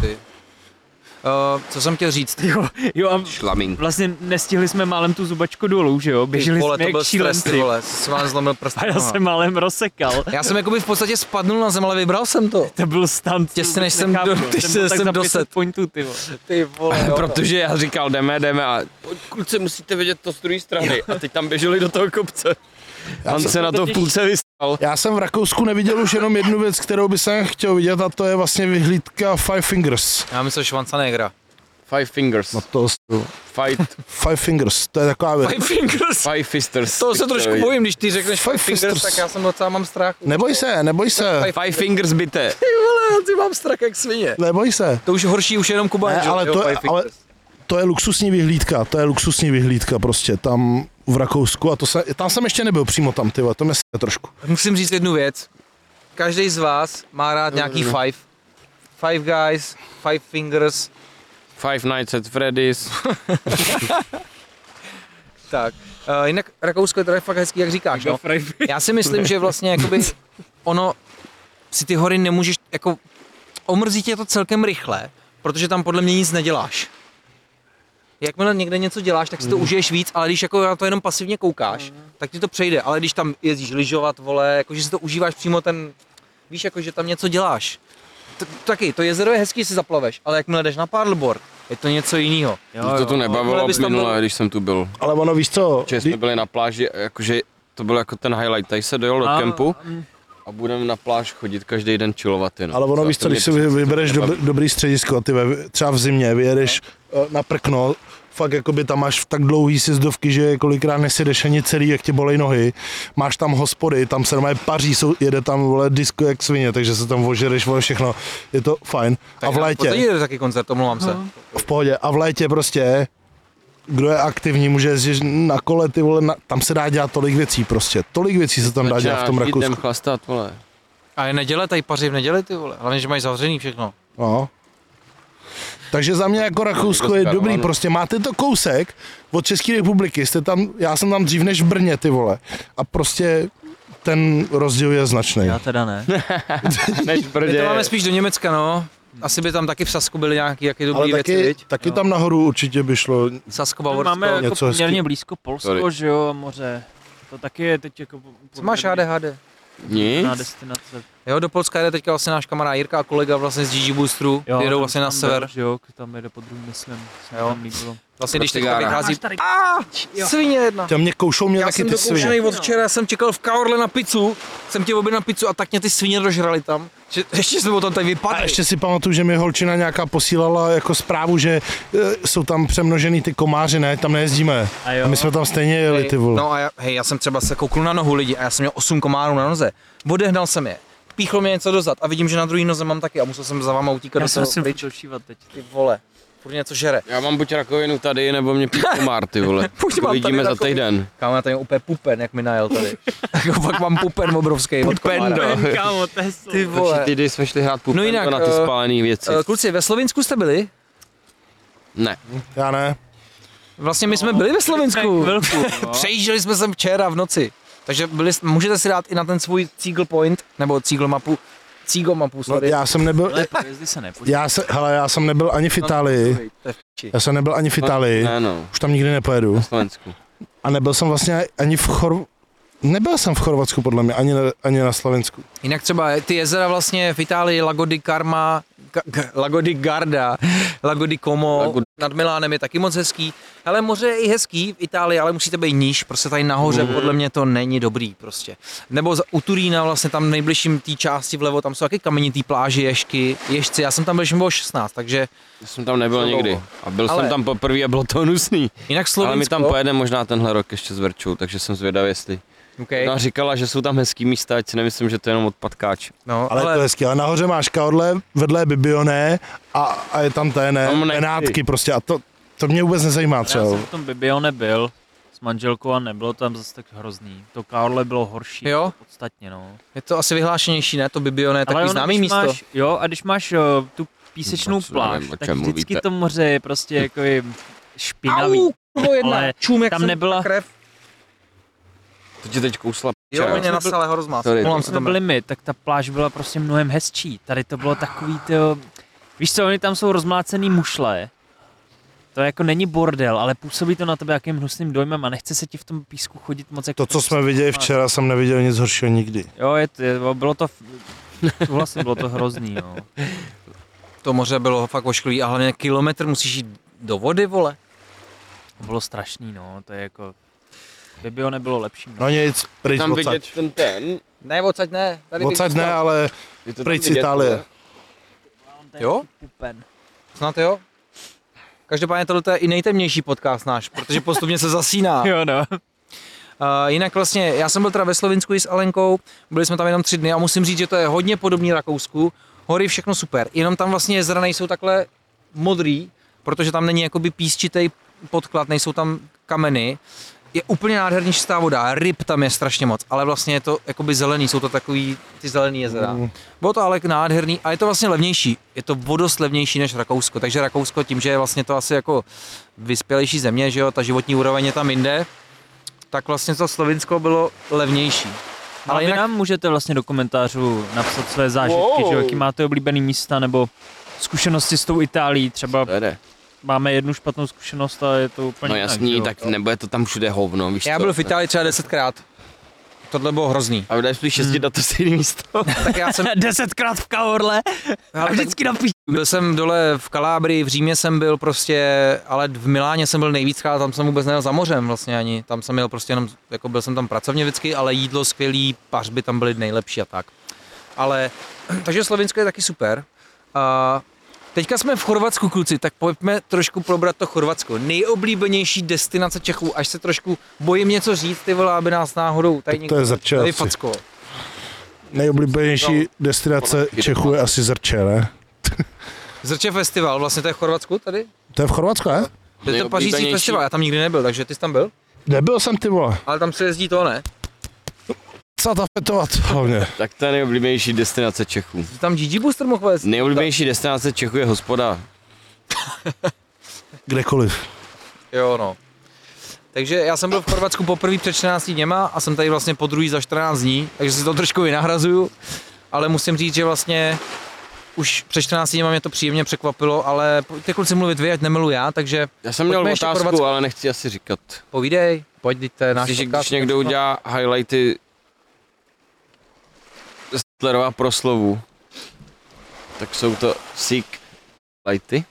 Co jsem chtěl říct? Jo a Šlamink. vlastně nestihli jsme málem tu zubačku dolů, že jo? Běželi Vole, jsme to byl jak stres, ty šílenci. vole, jsem vám zlomil prst. A já jsem málem rozsekal. Já jsem jakoby v podstatě spadnul na zem, ale vybral jsem to. To byl stunt. Těsně než jsem doset. pointů, ty vole. Ty vole, jo. Protože já říkal, jdeme a kluci musíte vědět to z druhé strany. A teď tam běželi do toho kopce. On se na to v půlce vystal. Já jsem v Rakousku neviděl už jenom jednu věc, kterou bych chtěl vidět, a to je vlastně vyhlídka Five Fingers. Já myslím, že Švanca negra. Five fingers. No to Five Fingers, to je taková věc. Five fingers. Five fisters. To se trošku bojím, když ty řekneš Five five fingers, fisters. tak já jsem docela mám strach. Neboj se, Five fingers bité. Ty vole, ty mám strach jak svině. neboj se. To už horší, už jenom Kuba. Ne, že jo? ale Jo, to- five ale- fingers. To je luxusní vyhlídka prostě, tam v Rakousku, a tam jsem ještě nebyl přímo tam, ty vole, to mě se trošku. Musím říct jednu věc. Každý z vás má rád nějaký five. Five guys, five fingers. Five Nights at Freddy's. Tak. Jinak Rakousko je teda fakt hezký, jak říkáš, no. Já si myslím, že vlastně jakoby ono si ty hory nemůžeš, jako omrzí tě to celkem rychle, protože tam podle mě nic neděláš. Jakmile někde něco děláš, tak si to užiješ víc, ale když jako na to jenom pasivně koukáš, tak ti to přejde, ale když tam jezdíš lyžovat, vole, jakože si to užíváš přímo ten, víš, jako že tam něco děláš. Taky, to jezero je hezký, si zaplaveš, ale jakmile jdeš na paddleboard, je to něco jiného. To tu nebavilo bys tam byl- minule, když jsem tu byl. Ale ono víš co, Že jsme byli na pláži, jakože to byl jako ten highlight. Tady se dojel do kempu a budeme na pláž chodit každý den chillovat jenom. ale ono víš co, když si vybereš dobrý středisko, ty třeba v zimě vyjedeš na prkno, fakt jakoby tam máš tak dlouhý sjezdovky, že kolikrát nesideš ani celý, jak tě bolej nohy, máš tam hospody, tam se normálně paří, jede tam vole disco jak svině, takže se tam ožereš, vole všechno, je to fajn. A v létě, Jde taky koncert, omlouvám se. v pohodě, a v létě prostě, kdo je aktivní, může jezdit na kole, ty vole, tam se dá dělat tolik věcí prostě, tolik věcí se tam dá dělat v tom Jdem Rakousku. chlastat, vole. A je neděle, tady paří v neděli, ty vole, hlavně, že mají zavřený všechno. No. Takže za mě jako Rakousko je dobrý, prostě máte to kousek od České republiky, jste tam, já jsem tam dřív než v Brně, ty vole, a prostě ten rozdíl je značný. Já teda ne. Než v My Brně. to máme spíš do Německa, no. Asi by tam taky v Sasku byly nějaký jaký dobrý Ale věci, viď? taky tam nahoru určitě by šlo. Sasko, My Bavorsko. máme jako něco hezký. poměrně blízko Polsko, Sorry. že jo, a moře. To taky je teď jako Co máš ADHD? Nic. na destinace. Jo, do Polska jede teďka vlastně náš kamarád Jirka a kolega vlastně z GG Boostru, Jo, jedou ten vlastně na tam sever. byl, že jo, tam jede po druhém, myslím. Se mi Jo. tam líbilo. Vlastně když Prostě teďka gára. vychází... Jo. Svině jedna. Tam mě koušou mě Já taky jsem ty svině. dokoušený od včera, jsem čekal v Kaorle na pizzu, jsem tě objednal na pizzu a tak mě ty svině dožrali tam, že ještě jsme o tom tady A vypadli. ještě si pamatuju, že mi holčina nějaká posílala jako zprávu, že jsou tam přemnožený ty komáři, ne, tam nejezdíme. A jo. A my jsme tam stejně jeli, ty vole. No a já jsem třeba se kouknul na nohu lidi a já jsem měl 8 komárů na noze. Odehnal jsem je. Píchlo mě něco dozad a vidím, že na druhý noze mám taky a musel jsem za váma utíkat Já do se toho musím pryč. došívat teď. Ty vole, furt něco žere. Já mám buď rakovinu tady, nebo mě pít komár, ty vole. Buď mám tady Uvidíme za rakovinu. týden. Kámo, já tady mám úplně pupen, jak mi najel tady. Jako fakt mám pupen obrovský. od Pupendo. komára. Kámo, to je Ty vole. Ty, kdy jsme šli hrát pupendo No jinak, na ty spálené věci. Kluci, ve Slovinsku jste byli? Ne. Já ne. Vlastně my jsme byli ve Slovinsku. Chvilku, no. Přejížděli jsme sem včera v noci. Takže můžete si dát i na ten svůj Cígl Point, nebo Cígl mapu, No, sorry. já jsem nebyl, Ale pojezdy se nepodívá. já jsem nebyl ani v Itálii. To je v piči. Já jsem nebyl ani v Itálii. Ne, no. Už tam nikdy nepojedu. Na Slovensku. A nebyl jsem vlastně ani v Nebyl jsem v Chorvatsku podle mě, ani na Slovensku. Jinak třeba ty jezera vlastně v Itálii, Lago di Garma, Lago di Garda, Lago di Como, nad Milánem je taky moc hezký. Hele, moře je i hezký v Itálii, ale musíte být níž, prostě tady nahoře podle mě to není dobrý prostě. Nebo u Turína vlastně tam v nejbližším té části vlevo, tam jsou taky kamenitý pláže, ježci, já jsem tam byl, když mi bylo 16, takže Já jsem tam nebyl nikdy. dlouho. A byl Ale- jsem tam poprvé a bylo to hnusný. jinak Ale my Slovinsko, tam pojedeme možná tenhle rok ještě s Verčou, takže jsem zvědavý, jestli Okay. Ona říkala, že jsou tam hezký místa, ať si nemyslím, že to je jenom odpadkáč. No, Ale to je hezký, ale nahoře máš Kaorle, vedle je Bibione a je tam Benátky prostě a to mě vůbec nezajímá třeba. Já jsem v tom Bibione byl s manželkou a nebylo tam zase tak hrozný. To Kaorle bylo horší, jo? Podstatně, no. Je to asi vyhlášenější, ne? To Bibione je takový známý místo. Jo, a když máš tu písečnou pláž, tak vždycky to moře je prostě jako špinavý. Ale čum, jak tam nebyla krev. To ti teď kousla Jo, piča. mě nasale rozmát. Když jsme byli my, tak ta pláž byla prostě mnohem hezčí. Tady to bylo takový to... Víš co, oni tam jsou rozmlácený mušle. To jako není bordel, ale působí to na tebe jakým hnusným dojmem a nechce se ti v tom písku chodit moc. Jako To, co jsme viděli včera, jsem neviděl nic horšího nikdy. Jo, bylo to... Vlastně bylo to hrozný, no. To moře bylo fakt ošklivý a hlavně kilometr musíš jít do vody, vole. To bylo strašný, no, to je jako... Bibio nebylo lepší. No nic, pryč Tam odsaď. vidět ten... Ne, odsaď ne. Tady Odsaď ne, ale Je to tam pryč z vidět, Itálie. vole. Jo? Pupen. Snad jo? Každopádně tohle je i nejtemnější podcast náš, protože postupně se zasíná. Jo, no. Jinak vlastně, já jsem byl teda ve Slovinsku i s Alenkou, byli jsme tam jenom 3 dny a musím říct, že to je hodně podobný Rakousku. Hory, všechno super, jenom tam vlastně jezera nejsou takhle modrý, protože tam není jakoby písčitej podklad, nejsou tam kameny. Je úplně nádherný čistá voda, ryb tam je strašně moc, ale vlastně je to jakoby zelený, jsou to takový ty zelený jezera. Bylo to ale nádherný a je to vlastně levnější, je to vodost levnější než Rakousko, takže Rakousko tím, že je vlastně to asi jako vyspělejší země, že jo, ta životní úroveň je tam jinde, tak vlastně to Slovinsko bylo levnější. Ale vy nám můžete vlastně do komentářů napsat své zážitky, že jaký máte oblíbený místa nebo zkušenosti s tou Itálií, třeba Jde. máme jednu špatnou zkušenost a je to úplně No jinak, jasný, že jo? tak nebude to tam všude hovno, víš Já co? byl v Itálii třeba 10krát. Tohle bylo hrozný. A vy spíš jezdit na to stejné místo. Tak já jsem 10krát v Kaorle a vždycky na byl jsem dole v Kalábrii, v Římě jsem byl prostě, ale v Miláně jsem byl nejvíckrát, tam jsem vůbec nejel za mořem vlastně ani. Tam jsem jel prostě jenom, jako byl jsem tam pracovně vždycky, ale jídlo skvělý, pařby tam byly nejlepší a tak. Ale, takže Slovinsko je taky super. A teďka jsme v Chorvatsku, kluci, tak pojďme trošku probrat to Chorvatsko. Nejoblíbenější destinace Čechů, až se trošku bojím něco říct, ty vole, aby nás náhodou tady to je Zrče asi. facko. Nejoblíbenější destinace Čechů je asi Zrče, ne? Zrče festival, vlastně to je v Chorvatsku tady? To je v Chorvatsku, ne? To je to pařížský Nejoblíbenější- festival, já tam nikdy nebyl, takže ty jsi tam byl? Nebyl jsem, ty vole. Ale tam se jezdí to, ne? Co to fetovat hlavně? Tak to je nejoblíbenější destinace Čechů. Ty tam GG Booster mohl vést? Nejoblíbenější destinace Čechů je hospoda. Kdekoliv. Jo, no. Takže já jsem byl v Chorvatsku poprvé před 14 dněma a jsem tady vlastně po druhý za 14 dní, takže si to trošku vynahrazuju. Ale musím říct, že vlastně už před 14 dněma mě to příjemně překvapilo, ale pojďte kluci mluvit vy, ať nemilu já, takže Já jsem měl Pojďme ještě otázku, Chorvatsko. ale nechci asi říkat. povídej, pojďte náš Myslíš, že podcast. když někdo udělá highlighty z Hitlerova proslovu, tak jsou to sick highlighty?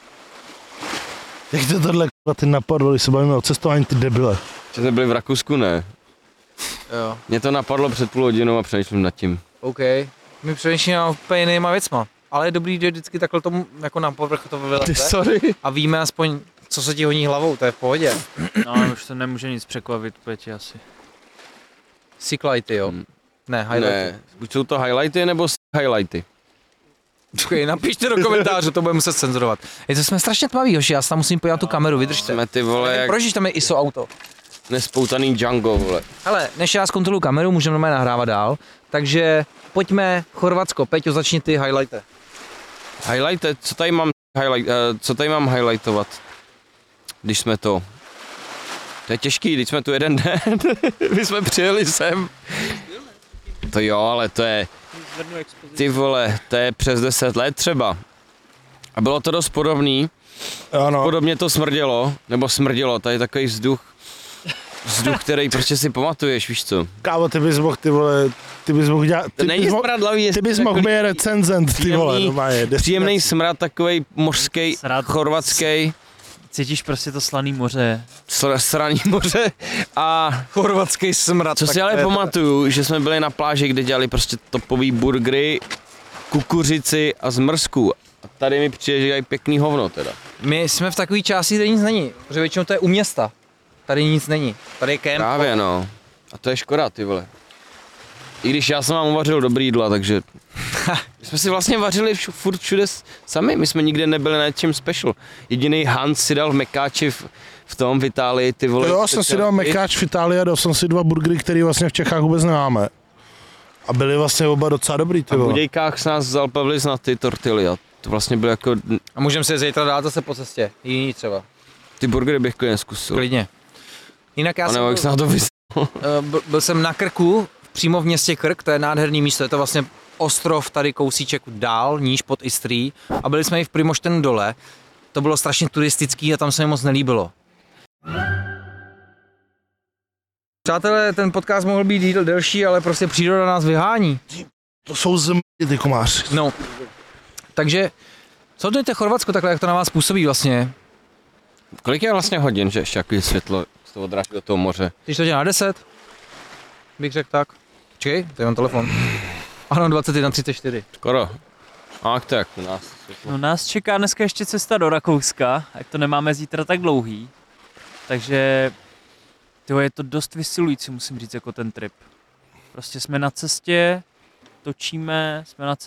Jak to tohle ty napadlo, když se bavíme o cestování, ty debile? Že jsme byli v Rakousku, ne? Jo, Mě to napadlo před půl hodinou a přemýšlím nad tím. OK. My přemýšlíme úplně jinýma věcma, ale je dobrý, že vždycky takhle tomu jako na povrch to vyleze sorry. a víme aspoň, co se ti honí hlavou, to je v pohodě. No, už to nemůže nic překvapit, Peti, asi. Sick-lighty, jo. Ne, highlighty. Ne, buď jsou to highlighty nebo highlighty. Okay, napište do komentářů, to budeme muset cenzurovat. To jsme strašně tmaví, hoši, já si tam musím podívat tu kameru, vydržte. Jsme ty vole jak Proč tam je ISO auto? nespoutaný Django, vole. Hele, než já zkontroluji kameru, můžeme normálně nahrávat dál, takže pojďme Chorvatsko, Peťo, začni ty highlighty. Highlighty, co tady mám highlightovat? Když jsme to... To je těžký, když jsme tu jeden den, my jsme přijeli sem. To jo, ale to je... Ty vole, to je přes 10 let třeba. A bylo to dost podobný. Ano. Podobně to smrdělo, nebo smrdělo, tady je takový vzduch, který prostě si pamatuješ, víš co. Kámo, ty bys mohl, ty vole, ty bys mohl dělat, To není smradlavý, ty bys mohl být recenzent, ty vole, příjemný- normálně. příjemný smrad, takovej mořský, Srad. chorvatský, Cítíš prostě to slaný moře. sraní moře a Chorvatský smrad. co tak si ale to je to. pamatuju, že jsme byli na pláži, kde dělali prostě topový burgery, kukuřici a zmrzku. A tady mi přijde, že dělají pěkný hovno teda. My jsme v takové části, kde nic není, protože většinou to je u města. Tady nic není, tady je kemp. Právě no. A to je škoda, ty vole. I když já jsem vám uvařil dobrý jídla, takže... My jsme si vlastně vařili furt všude sami, my jsme nikde nebyli na něčem special. Jediný Hans si dal v Mekáči v Itálii, ty vole. Jo, jsem si dal Mekáč v Itálii a dal jsem si 2 burgery, který vlastně v Čechách vůbec nemáme. A byly vlastně oba docela dobrý, ty vole. A v vole. Budějkách s nás vzal Pavlis na ty tortilly a to vlastně bylo jako... A můžeme si je zítra dát zase po cestě, jiný třeba. Ty burgery bych klidně zkusil. Klidně. Jinak já nebo jak se na to byl jsem na Krku, přímo v městě Krk, to je nádherný místo, je to vlastně ostrov tady kousíček dál, níž pod Istrií a byli jsme i v Primoštenu dole. To bylo strašně turistický a tam se mi moc nelíbilo. Přátelé, ten podcast mohl být delší, ale prostě příroda nás vyhání. To jsou zmrdy, ty komáři. No, takže co to je Chorvatsko takhle, jak to na vás působí vlastně? Kolik je vlastně hodin, že ještě jaký světlo z toho odráží do toho moře? 3:10 bych řekl tak. Počkej, tady mám telefon. Ano, 21:34. Skoro. A jak to jak u nás? No nás čeká dneska ještě cesta do Rakouska, ať to nemáme zítra tak dlouhý. Takže tyjo, je to dost vysilující, musím říct, jako ten trip. Prostě jsme na cestě, točíme,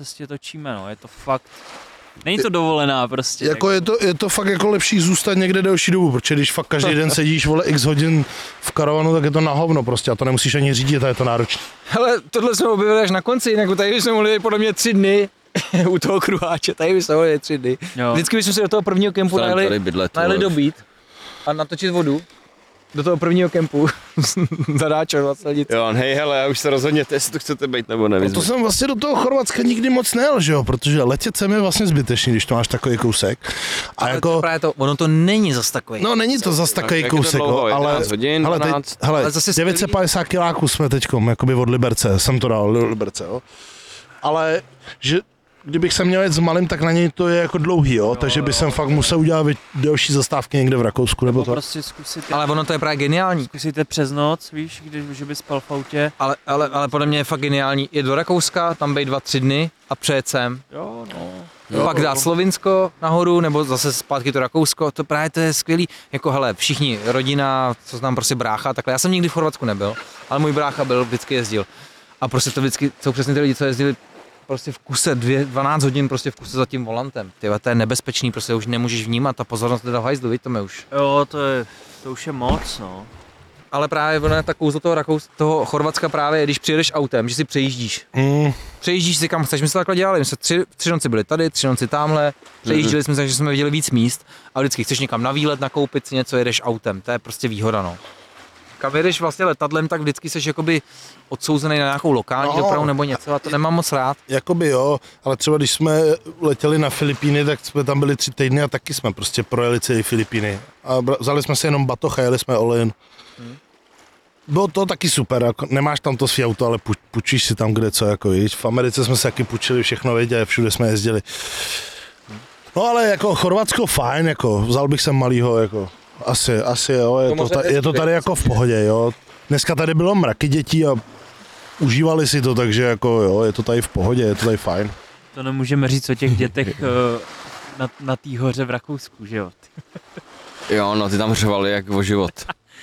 no, je to fakt... Není to dovolená prostě. Jako je to fakt jako lepší zůstat někde delší dobu, protože když fakt každý den sedíš, vole, x hodin v karavanu, tak je to na hovno prostě a to nemusíš ani řídit a je to náročné. Hele, tohle jsme objevili až na konci, jinak tady jsme mohli podle mě 3 dny u toho kruháče, tady bychom mohli 3 dny. Jo. Vždycky bychom si do toho prvního kempu najeli dobít a natočit vodu. Do toho prvního kempu zadáčo na silnici. Jo, hej, hele, já už se rozhodněte, jestli to chcete být nebo ne. No to jsem vlastně do toho Chorvatska nikdy moc nejel, že jo, protože letět sem je vlastně zbytečný, když to máš takový kousek. A ale jako... právě to, ono to není zas takový. No není to zas takový kousek, ale, hodin, hele, teď, hele, zase 950 kiláků jsme teďkom, jakoby od Liberce, jsem to dal do Liberce, jo. Ale, že kdybych se měl jet s malým, tak na něj to je jako dlouhý, jo, takže by jsem fakt musel udělat delší zastávky někde v Rakousku, nebo to. Prostě zkusit. Ale ono to je právě geniální. Zkusíte přes noc, víš, když by spal v autě. Ale podle mě je fakt geniální. Je do Rakouska, tam být 2-3 dny a přejet sem. Jo, no. Pak dát Slovinsko nahoru, nebo zase zpátky to Rakousko, to právě to je skvělý. Jako hele, všichni, rodina, co znám prostě brácha, takhle. Já jsem nikdy v Chorvatsku nebyl, ale můj brácha byl, vždycky jezdil. A prostě to vždycky jsou přesně ty lidi, co jezdili prostě v kuse 12 hodin prostě v kuse za tím volantem. Tyhle, to je nebezpečný, prostě už nemůžeš vnímat, ta pozornost jde do hajzlu, víš, to mě už. Jo, to už je moc, no. Ale právě ono je tak kouzlo toho Chorvatska právě, když přijedeš autem, že si přejíždíš. Přejíždíš si kam chceš, my jsme takhle dělali, my jsme 3 noci byli tady, 3 noci tamhle, přejížděli jsme, takže jsme viděli víc míst a vždycky chceš někam na výlet, nakoupit si něco, jedeš autem, to je prostě výhoda, no. Kam jedeš vlastně letadlem, tak vždycky jsi jakoby odsouzený na nějakou lokální dopravu nebo něco a to nemám moc rád. Jakoby jo, ale třeba když jsme letěli na Filipíny, tak jsme tam byli 3 týdny a taky jsme prostě projeli celé Filipíny. A vzali jsme si jenom batoh a jeli jsme all in. Bylo to taky super, jako nemáš tam to svý auto, ale půjčíš si tam kde co, jako víš. V Americe jsme se taky půjčili všechno, věděli, všude jsme jezdili. No ale jako Chorvatsko fajn, jako vzal bych sem malýho, jako asi jo, je to tady jako v pohodě, jo. Dneska tady bylo mraky dětí a užívali si to, takže jako jo, je to tady v pohodě, je to tady fajn. To nemůžeme říct o těch dětech na té hoře v Rakousku, že jo? Jo, no ty tam řvali jak o život.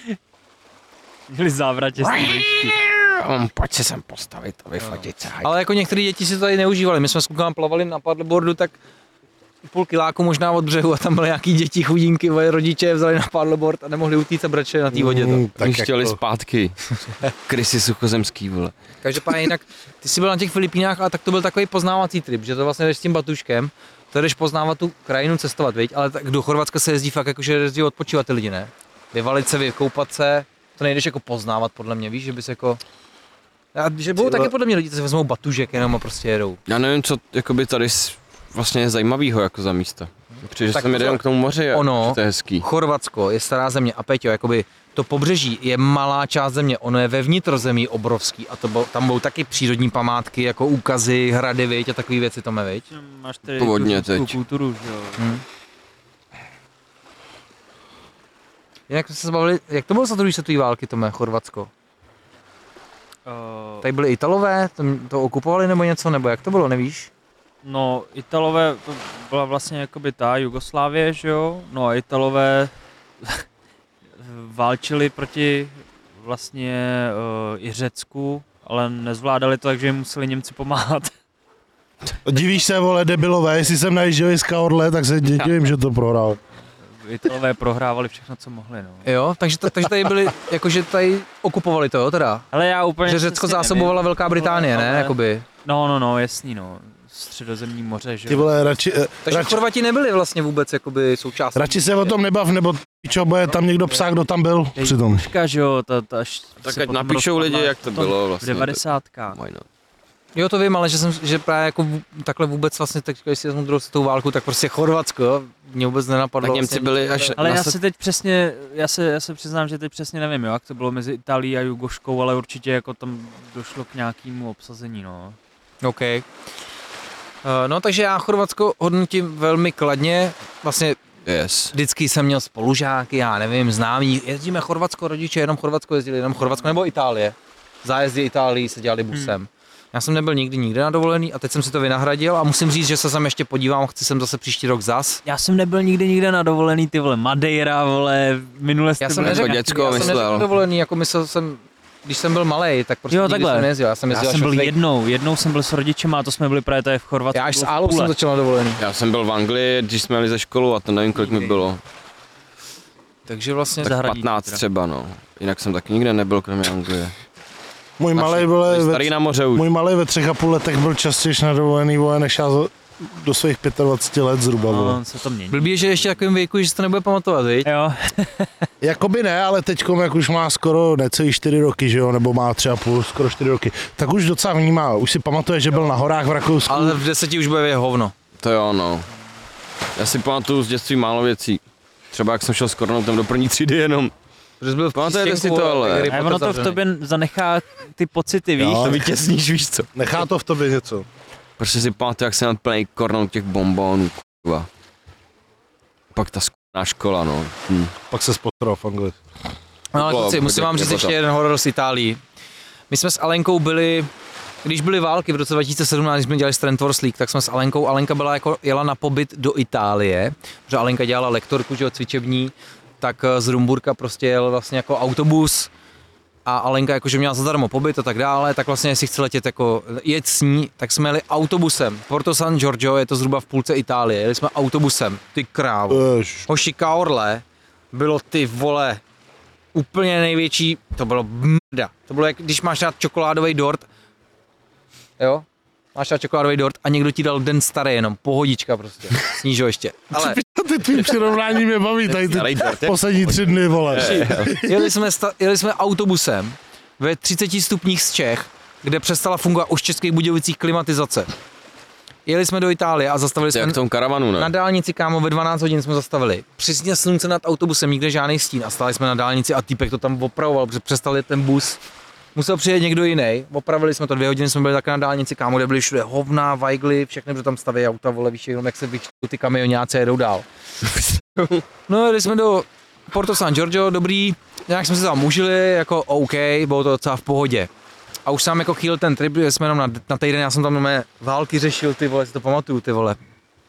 Měli závratě z té Pojď se sem postavit a vyfotit se. Ale jako některé děti si to tady neužívali, my jsme s klukama plavali na paddleboardu, tak půl kiláku možná od břehu a tam byly nějaký děti chudinky, rodiče je vzali na paddleboard a nemohli utíct a brečeli na té vodě. Tak chtěli zpátky. Krysy suchozemský, vole. Každopádně jinak, ty jsi byl na těch Filipínách, ale tak to byl takový poznávací trip, že to vlastně jdeš s tím batuškem, to jdeš poznávat tu krajinu, cestovat, viď? Ale tak do Chorvatska se jezdí fakt jako, že jezdí odpočívat ty lidi, ne? Vyvalit se, vykoupat se, to nejdeš jako poznávat podle mě, víš, že bys jako... Že budou taky podle mě lidi, co si vezmou batužek jenom a prostě jedou. Já nevím, co jakoby tady vlastně je zajímavýho jako za místa. Protože jsem jel k tomu moři a to je hezký. Chorvatsko je stará země a Peťo, jakoby to pobřeží je malá část země, ono je ve vnitrozemí obrovský a tam budou taky přírodní památky, jako úkazy, hrady, viď, a takové věci, Tome, viď? Máš tady kulturu, že jo. Jak jsme se bavili, jak to bylo za druhé světové války, Tome, Chorvatsko? Tady byli Italové, to okupovali nebo něco, nebo jak to bylo, nevíš? No, Italové, to byla vlastně jakoby ta Jugoslávie, že jo? No a Italové válčili proti vlastně i Řecku, ale nezvládali to, takže jim museli Němci pomáhat. Divíš se, vole, debilové, jestli jsem najížděl z Kaorle, tak se divím, že to prohrál. Italové prohrávali všechno, co mohli, no. Jo, takže tady byli, jakože tady okupovali to, jo, teda. Ale já úplně Že Řecko zásobovala Velká Británie, ne, jakoby. No, jasný, no. Středozemní moře, že Ty vole, Takže Chorvati nebyli vlastně vůbec, jakoby součástí. radši se o tom nebav, nebo čo, bude tam někdo psát, kdo tam byl přitom. Puška, že jo, Tak ať napíšou lidi, jak to bylo vlastně. V 90. Why not? Jo, to vím, ale že právě jako takhle vůbec vlastně, tak když si vezmu druhou světovou válku, tak prostě Chorvatsko, jo, mě vůbec nenapadlo. Tak Němci vlastně, byli až... Ale já se teď přesně, já se přiznám, že teď přesně nevím, jo, jak to bylo mezi Itálií a Jugoškou, ale určitě jako tam došlo k nějakému obsazení, no. OK. No, takže já Chorvatsko hodnotím velmi kladně, vlastně Yes. vždycky jsem měl spolužáky, já nevím, známí, jezdíme Chorvatsko, rodiče jenom Chorvatsko jezdili, jenom Chorvatsko nebo Itálie. Zájezdy Itálii se dělali busem. Já jsem nebyl nikde na dovolený a teď jsem si to vynahradil a musím říct, že se tam ještě podívám, chci sem zase příští rok zas. Já jsem nebyl nikde na dovolený, ty vole, Madeira, vole, minule jste Já jsem byli- neřekl, děcko já jsem myslel. neřekl dovolený, jako myslel jsem, když jsem byl malej, tak prostě Jo, nikdy takhle. jsem nejezdil. Já jsem byl jednou jsem byl s rodičema a to jsme byli právě tady v Chorvatsku. Já až s bylo v Álou půle. jsem začal na dovolený. Já jsem byl v Anglii, když jsme jeli ze školu a to nevím, kolik mi bylo. Takže vlastně Tak Zahraničí 15 teda. třeba, no. Jinak jsem taky nikde nebyl, kromě Anglie. Můj malej, vole, Starý na moře už. můj malej ve 3,5 letech byl častěji na dovolený, vole, než já do svých 25 let zhruba, No, vole. on se to mění. blbý je, že ještě takovým věku, že se to nebude pamatovat, viď? Jo, Jakoby ne, ale teďkom, jak už má skoro necelý 4 roky, že jo, nebo má 3,5, skoro 4 roky, tak už docela vnímá, už si pamatuje, že byl na horách v Rakousku. Ale v 10 už bude vědět hovno. To jo, no. Já si pamatuju z dětství málo věcí. Třeba jak jsem šel s Kornoutem do první třídy jenom. Protože jsi byl v Pamatujete přístěnku, si to, ale- Harry a Potter ono to v zavřený. tobě zanechá ty pocity, víš? Jo. To vytěsníš, víš co. Nechá to v tobě něco. Prostě si pamatuju, jak jsem měl plný Kornout těch bonbonů, kurva. Pak ta skutná škola, no. Pak se spotral v Anglii. No ale Bylo kluci, musím vám říct pěkně ještě potom. jeden horor z Itálii. My jsme s Alenkou byli, když byly války v roce 2017, když jsme dělali Strand Wars League, tak jsme s Alenkou, Alenka jela na pobyt do Itálie, protože Alenka dělala lektorku, že jo, cvičební, tak z Rumburka prostě jel vlastně jako autobus a Alenka jakože měla zadarmo pobyt a tak dále, tak vlastně jestli chce letět jako jet s ní, tak jsme jeli autobusem. Porto San Giorgio je to zhruba v půlce Itálie, jeli jsme autobusem, ty krávo. Hoši Kaorle bylo ty vole úplně největší, to bylo mrda. To bylo jak když máš rád čokoládový dort, jo? Máš rád čokoládový dort a někdo ti dal den starý jenom, pohodička prostě, sníž ho ještě. Ale Ty tvým přirovnání mě baví, tady ty Starý dort, jak- poslední 3 dny, vole. jeli jsme autobusem ve 30 stupních z Čech, kde přestala fungovat už v Českých Budějovicích klimatizace. Jeli jsme do Itálie a zastavili To je jsme jak v tom karavanu, na ne? dálnici, kámo, ve 12 hodin jsme zastavili. Přesně slunce nad autobusem, nikde žádný stín a stáli jsme na dálnici a týpek to tam opravoval, protože přestal jet ten bus. Musel přijet někdo jiný, opravili jsme to, 2 hodiny jsme byli tak na dálnici, kámo, kde byli všude hovna, vajgly, všechny, protože tam staví auta, vole, víš, jenom jak se vyčtou ty kamionáci a jedou dál. No, jeli jsme do Porto San Giorgio, dobrý, nějak jsme se tam užili, jako OK, bylo to docela v pohodě. A už sám jako chýl ten trip, jsme jenom na týden, já jsem tam mé války řešil, ty vole, si to pamatuju, ty vole.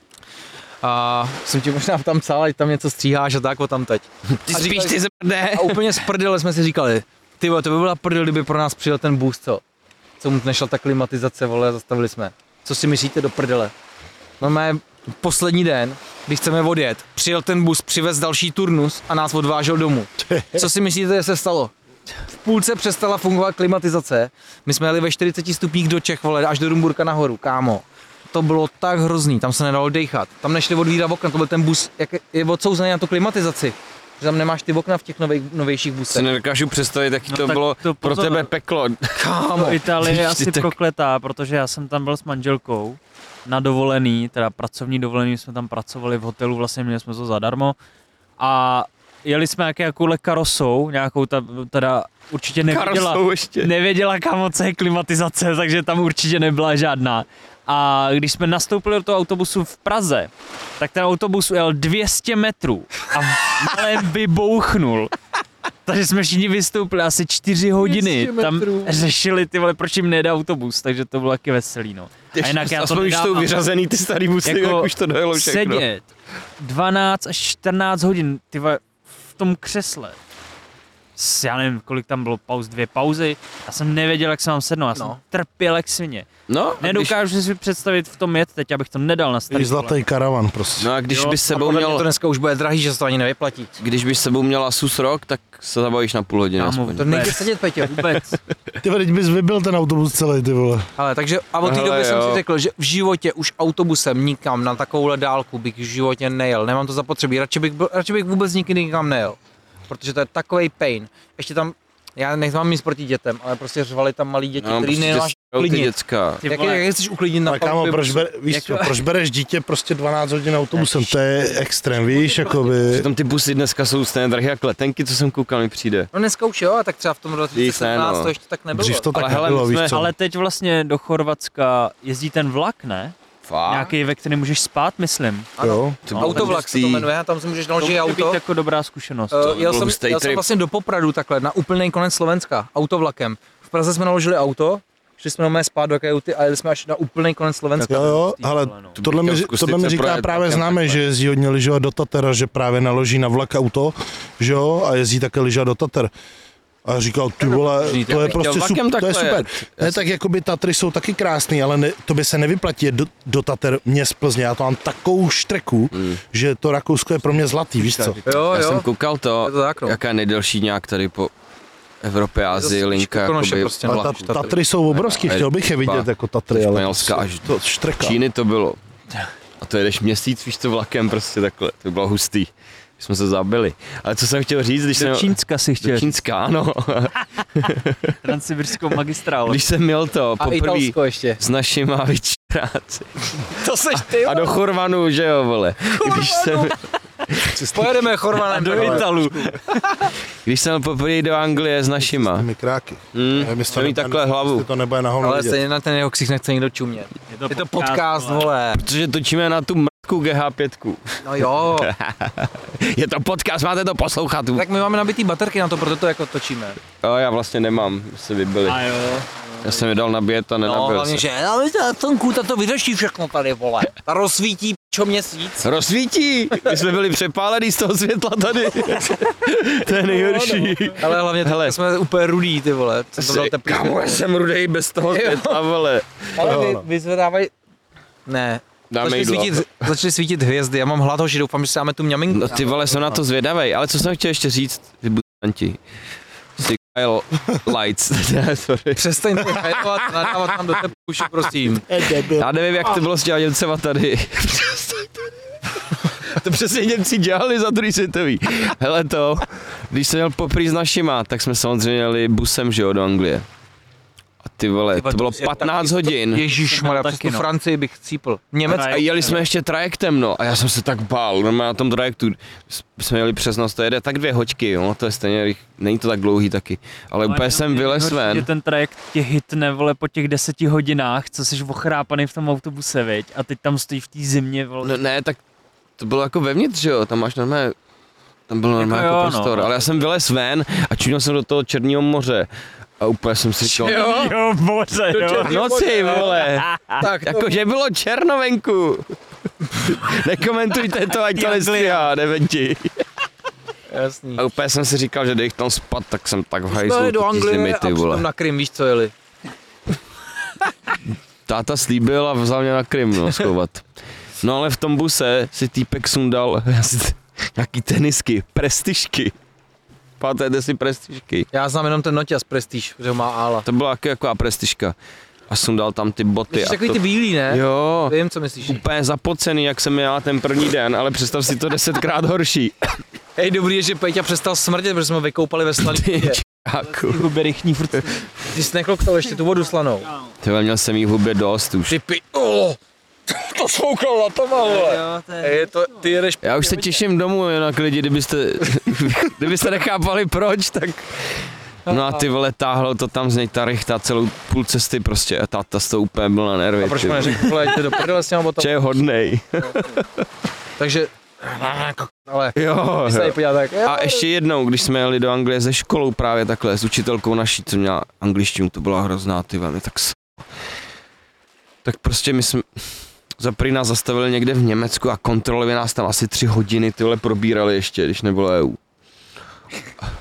A jsem ti možná tam psal, ať tam něco stříháš a tak o tam teď. Ty A spíš říkali- ty zmrde. A úplně z prdele jsme si říkali, ty vole, to by byla prdel, kdyby pro nás přijel ten bus, co mu nešla ta klimatizace, vole, a zastavili jsme. Co si myslíte do prdele? Máme poslední den, když chceme odjet, přijel ten bus, přivez další turnus a nás odvážel domů. Co si myslíte, že se stalo? V půlce přestala fungovat klimatizace, my jsme jeli ve 40 stupních do Čech, vole, až do Rumburka nahoru, kámo. To bylo tak hrozný, tam se nedalo dejchat, tam nešli odvírat okna, to byl ten bus, jak je odsouzený na tu klimatizaci. Že tam nemáš ty okna v těch novějších Si busech. nedokážu představit, jaký No to tak bylo to pro pozor. tebe peklo. No, Itálie je asi tak- prokletá, protože já jsem tam byl s manželkou na dovolený, teda pracovní dovolený, jsme tam pracovali v hotelu, vlastně měli jsme to zadarmo a jeli jsme jakouhle karosou, nějakou teda určitě nevěděla, Karosou ještě. nevěděla kam moc je klimatizace, takže tam určitě nebyla žádná. A když jsme nastoupili do toho autobusu v Praze, tak ten autobus ujel 200 metrů a malém vybouchnul. Takže jsme všichni vystoupili asi 4 hodiny, 200 tam metrů. řešili ty vole, proč jim nejde autobus, takže to bylo taky veselý, no. A jinak já to Aspoň už jsou nedávám. vyřazený ty starý busy, Jako jak už to dojelo všechno. Sedět 12 až 14 hodin, ty vole, v tom křesle. já nevím, kolik tam bylo pauz, 2 pauzy, já jsem nevěděl, jak se mám sednout, já jsem trpěl jak svině. No, Nedokážu si představit v tom jet teď, abych to nedal na starý Zlatý karavan prostě. No a když bys A sebou podle mě měl, to dneska už bude drahý, že se to ani nevyplatí. když bys sebou měl Asus ROG, tak se zabavíš na půl hodiny Kámo, aspoň. To nejde sedět, Peťo. Vůbec. Ty vole, teď bys vybil ten autobus celý, ty vole. Ale takže a od té Hele, doby jsem jo. si řekl, že v životě už autobusem nikam na takovouhle dálku bych v životě nejel. Nemám to zapotřebí, radši bych vůbec nikdy nikam nejel. Protože to je takovej pain. Ještě tam, já nemám nic proti dětem, ale prostě řvali tam malí děti, No, který prostě nemáš ty uklidnit. děcka. Ty Jak vole, je chceš uklidnit na Ale kámo, palubě busu? víš co, proč bereš dítě prostě 12 hodin autobusem, to je extrém, víš, jakoby. Přitom ty busy dneska jsou stejně drahé jak letenky, co jsem koukal, mi přijde. No dneska už jo, a tak třeba v tom roce Víš, ne, 2017 no. to ještě tak nebylo. Dřív to tak Ale hele, nebylo, my víš jsme- co. ale teď vlastně do Chorvatska jezdí ten vlak, ne? Fakt? Nějaký, ve kterém můžeš spát, myslím. Jo. To bylo Autovlak se to hustý. jmenuje, a tam si můžeš To naložit může auto. být jako dobrá zkušenost. Jel byl jsem hustý trip. vlastně do Popradu takhle, na úplný konec Slovenska, autovlakem. V Praze jsme naložili auto, šli jsme normálně spát do kajuty a jeli jsme až na úplný konec Slovenska. Jo, ale tohle mi, chtěl zkusit tohle mi se říká projet právě vlakem známé, takhle. že jezdí hodně lyžovat do Tatera, že právě naloží na vlak auto, že jo, a jezdí také lyžovat do Tater. A říkal, ty vole, to je chtěl prostě vlakem super, to je takhle super. jet. Ne, tak jakoby Tatry jsou taky krásný, ale ne, to by se nevyplatí jet do Tater mě z Plzně, já to mám takovou štreku, že to Rakousko je pro mě zlatý, víš co? Jo, Já jsem jo. koukal to, Je to tak, no. jaká je nejdelší nějak tady po Evropě, Asii, linka, škokonoše jakoby prostě, Ale vlaků. Tatry jsou obrovský, A je chtěl bych je vidět pa- jako Tatry, ale Španělska až to štreka. Číny to bylo. A to jedeš měsíc, víš to vlakem prostě takhle, to bylo hustý. My jsme se zabili. Ale co jsem chtěl říct, když Do jsem... Čínska si chtěl, Do Čínska, ano. Transsibirskou magistrálu. Když jsem měl to A poprvé Italsko ještě. s našima vyčíráci. To seš ty, A do Chorvanu, že jo, vole. Když jsem, Pojedeme Chorvanem do Italu. když jsem poprvé do Anglie s našima. My kráky. Hm, jsem jí takhle hlavu. To nebude na hovno Ale vidět. stejně na ten jeho ksich nechce nikdo čumět. Je to podcast, vole. Protože točíme na tu mrtku GH5. No jo. Je to podcast, máte to poslouchat. Tak my máme nabitý baterky na to, proto to jako točíme. Jo, já vlastně nemám, se vybili. A jo. Já jsem je dal nabíjet a No, nenabil hlavně, se. že ale ta Tonku, ta to vyřeší všechno tady, vole. Ta rozsvítí čo měsíc. Rozsvítí! My jsme byli přepálení z toho světla tady. To je nejhorší. Ale hlavně Hele. jsme úplně rudý, ty vole. Jsem to dal teplý. Kámo, já jsem rudej bez toho světla, vole. Ale vyzvedávají... Ne. Dáme Začaly jídlo. začaly svítit hvězdy, já mám hlad, že doufám, že si dáme tu mňaminku. No ty vole, jsem na to zvědavej, ale co jsem chtěl ještě říct, vy budanti. Si Kyle Lights, sorry. Přestaňte hajlovat, nadávat nám do tepuši, prosím. Já nevím, jak to bylo s těma Němcema tady. To přesně Němci dělali za druhý světový. Hele to, když jsem jel poprý s našima, tak jsme samozřejmě jeli busem, že jo, do Anglie. A ty vole, to bylo 15 hodin. Ježišmarja, Taky, přes tu no. Francii bych cípl. Německo. A jeli jsme ještě trajektem, no, a já jsem se tak bál, no, na tom trajektu, jsme jeli přes noc, to jede tak 2 hoďky, jo, to je stejně, není to tak dlouhý taky, ale úplně jsem vylez Že ven. ten trajekt tě hitne, vole, po těch 10 hodinách, co jsi ochrápaný v tom autobuse, viď? A teď tam stojí v té zimě, vole. No, ne, tak to bylo jako vevnitř, že jo, tam máš normálně, tam byl normálně Jako jako jo, prostor, no. ale já jsem vylez ven a čuměl jsem do toho Černého moře a úplně jsem si říkal, Jo, bože, jo. v noci, vole, Tak, jakože bylo černo venku. Nekomentujte to, ať to nestříhá, neventi. jasný. A úplně jsem si říkal, že dej tam spad, tak jsem tak v Jsme hajzlu jeli do ty Anglie zimy, a ty vole. přitom na Krym, víš co jeli. Táta slíbil a vzal mě na Krym, no, schovat. No ale v tom buse si týpek sundal nějaký tenisky, prestižky. Pamatujete si prestižky? Já znám jenom ten Noťas Prestige, že ho má Ála. To byla jako prestižka. A sundal tam ty boty. Myslíš A takový to, ty bílý, ne? jo, Vím, co myslíš. úplně zapocený, jak jsem jela ten první den, ale představ si to 10krát horší. Hej, dobrý je, že Peťa přestal smrdět, protože jsme ho vykoupali ve slalí vodě. Jako, Huby rychní furt. Ty jsi nechloktal ještě tu vodu slanou. tyhle, měl jsem jí v hubě dost už. To svoukal na to, vole. Jo, to je... Hej, ty jedeš... Já už se těším domů, jinak lidi, kdybyste nechápali proč, tak... No a ty vole, táhlo to tam z něj ta rychta celou půl cesty prostě a táta z toho úplně byl na nervy. A proč ty mu vole. neřekl, vole, jděte do prdele s těma botama. Že je hodnej. Takže... Ale... Jo, Když se tady podívat, tak... A ještě jednou, když jsme jeli do Anglie ze školou právě takhle, s učitelkou naší, co měla angličtinu, to byla hrozná, ty velmi tak tak prostě my jsme za prý nás zastavili někde v Německu a kontrolovali nás tam asi 3 hodiny, tyhle probírali ještě, když nebylo EU.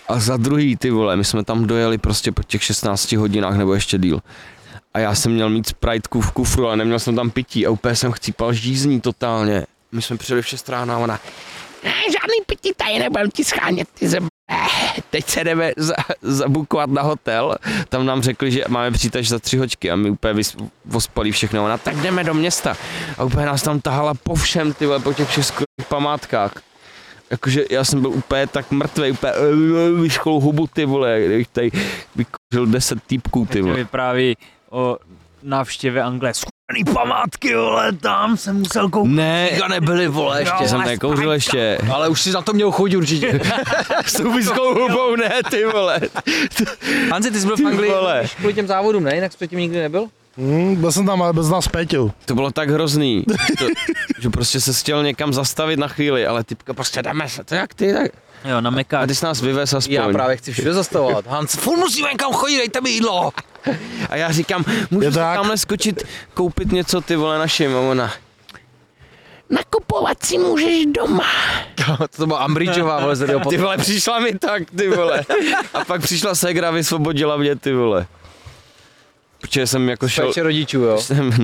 A za druhý, ty vole, my jsme tam dojeli prostě po těch 16 hodinách nebo ještě díl. A já jsem měl mít Spriteku v kufru, ale neměl jsem tam pití a úplně jsem chcípal žízní totálně. My jsme přijeli v 6 ráno a ona, ne, žádný pití tady nebudem ti schánět, ty zem. Teď se jdeme zabukovat na hotel, tam nám řekli, že máme přijít až za 3 hoďky a my úplně ospali všechno, ona tak jdeme do města a úplně nás tam tahala po všem, ty vole, po těch všech památkách. Jakože já jsem byl úplně tak mrtvej, úplně vyškolou hubu, ty vole, kdybych tady vykouřil 10 týpků, ty vole. Vypráví o návštěvě Anglie. Skvělý památky, vole, tam jsem musel koupit. Ne, A nebyli, vole, ještě. já jsem nekouřil ještě. Ale už si na to měl chodit určitě. S tou vyschlou hubou, ne, ty vole. Hanzi, ty jsi byl v Anglii kvůli těm závodům, ne? Jinak jsi předtím nikdy nebyl? Byl jsem tam, ale bez nás Péťou. To bylo tak hrozný, že prostě se chtěl někam zastavit na chvíli, ale typka prostě jdeme se, to jak ty, tak... Jo, na Mekáč. A ty jsi nás vyvez aspoň. Já právě chci všude zastavovat. Hans, furt musíme někam chodit, dejte mi jídlo. A já říkám, můžu si tamhle skočit, koupit něco, ty vole, našim, a ona... Nakupovat si můžeš doma. To byla Ambridgeová, vole, z Ty vole, přišla mi tak, ty vole. A pak přišla ségra, vysvobodila mě, ty vole. Protože jsem jako šel... Péče rodičů, jo.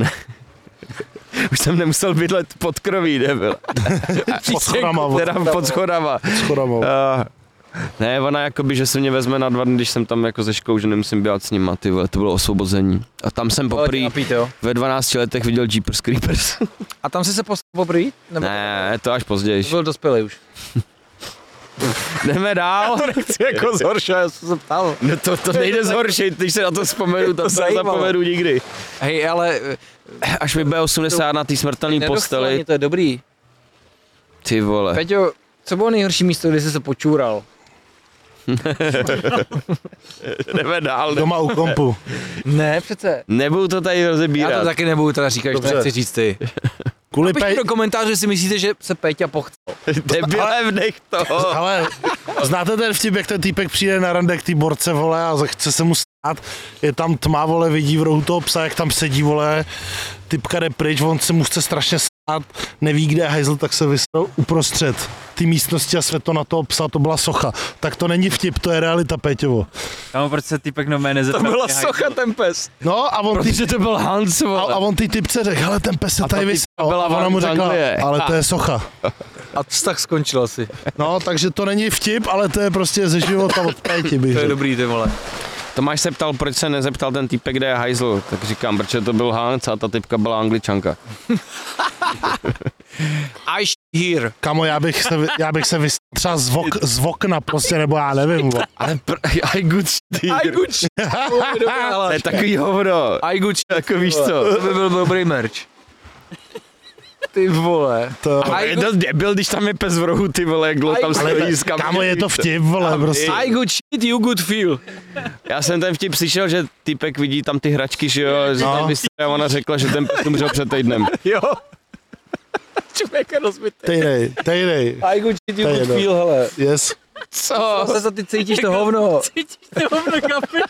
Už jsem nemusel bydlet pod kroví, nebyl. Pod schodama. Pod schodama. Ne, ona jakoby, že se mě vezme na 2 dny, když jsem tam jako ze škou, že nemusím běhat s nima, ty vole, to bylo osvobození. A tam jsem poprvé ve 12 letech viděl Jeepers Creepers. A tam jsi se postavil poprvé? Ne, to až později. Byl dospělý už. Jdeme dál. To nechci jako zhoršit, já jsem se ptal. No to nejde zhoršit, když se na to vzpomenu, to se zapomenu nikdy. Hej, ale... Až mi bude 80 na té smrtelné posteli. To je dobrý. Ty vole. Peťo, co bylo nejhorší místo, kdy jsi se počůral? Jdeme dál. Doma u kompu. Ne, přece. Nebudu to tady rozebírat. Já to taky nebudu teda říkat, že to nechci říct ty. Kvůli Napište do komentáře, že si myslíte, že se Péťa pochcel. Debile, vnech to. Ale znáte ten vtip, jak ten týpek přijde na rande k té borce, vole, a chce se mu stát, je tam tma, vole, vidí v rohu toho psa, jak tam sedí, vole, typka jde pryč, on se mu chce strašně stát, neví, kde je hajzl, tak se vysel uprostřed té místnosti a světlo na toho psa, to byla socha. Tak to není vtip, to je realita, Péťovo. Kámo, proč se týpek no jméne To byla socha, ten pes. No a on Protože to byl Hans, vole. a on ty typce řekl, hele, ten pes se tady vysel. byla A ona mu řekla, Anglie. ale to je socha. A vztah skončil asi. No, takže to není vtip, ale to je prostě ze života od Péti, bych To je řekl. dobrý, ty vole. Tomáš se ptal, proč se nezeptal ten týpek, kde je hajzl. Tak říkám, protože to byl Hans a ta typka byla Angličanka. I here. Kamo, já bych se vysel třeba z okna prostě, nebo já nevím. Ale I good shit. I good shit. To je takový hovno. I good shit. Jako víš co? To by byl dobrý merch. Ty vole. Je to debil, když tam je pes v rohu, ty vole, jak tam stojí s kamerou. Kámo, je to vtip, vole, prostě. I good shit, you good feel. Já jsem ten vtip slyšel, že týpek vidí tam ty hračky, že jo, že tam vystřelí a ona řekla, že ten pes umřel před týdnem. Jo. Člověk je rozbitý. Tej. I good shit, you To je good jedno. feel, hele. Yes. Co? Zase ty cítíš to hovno. Cítíš to hovno, kapeš?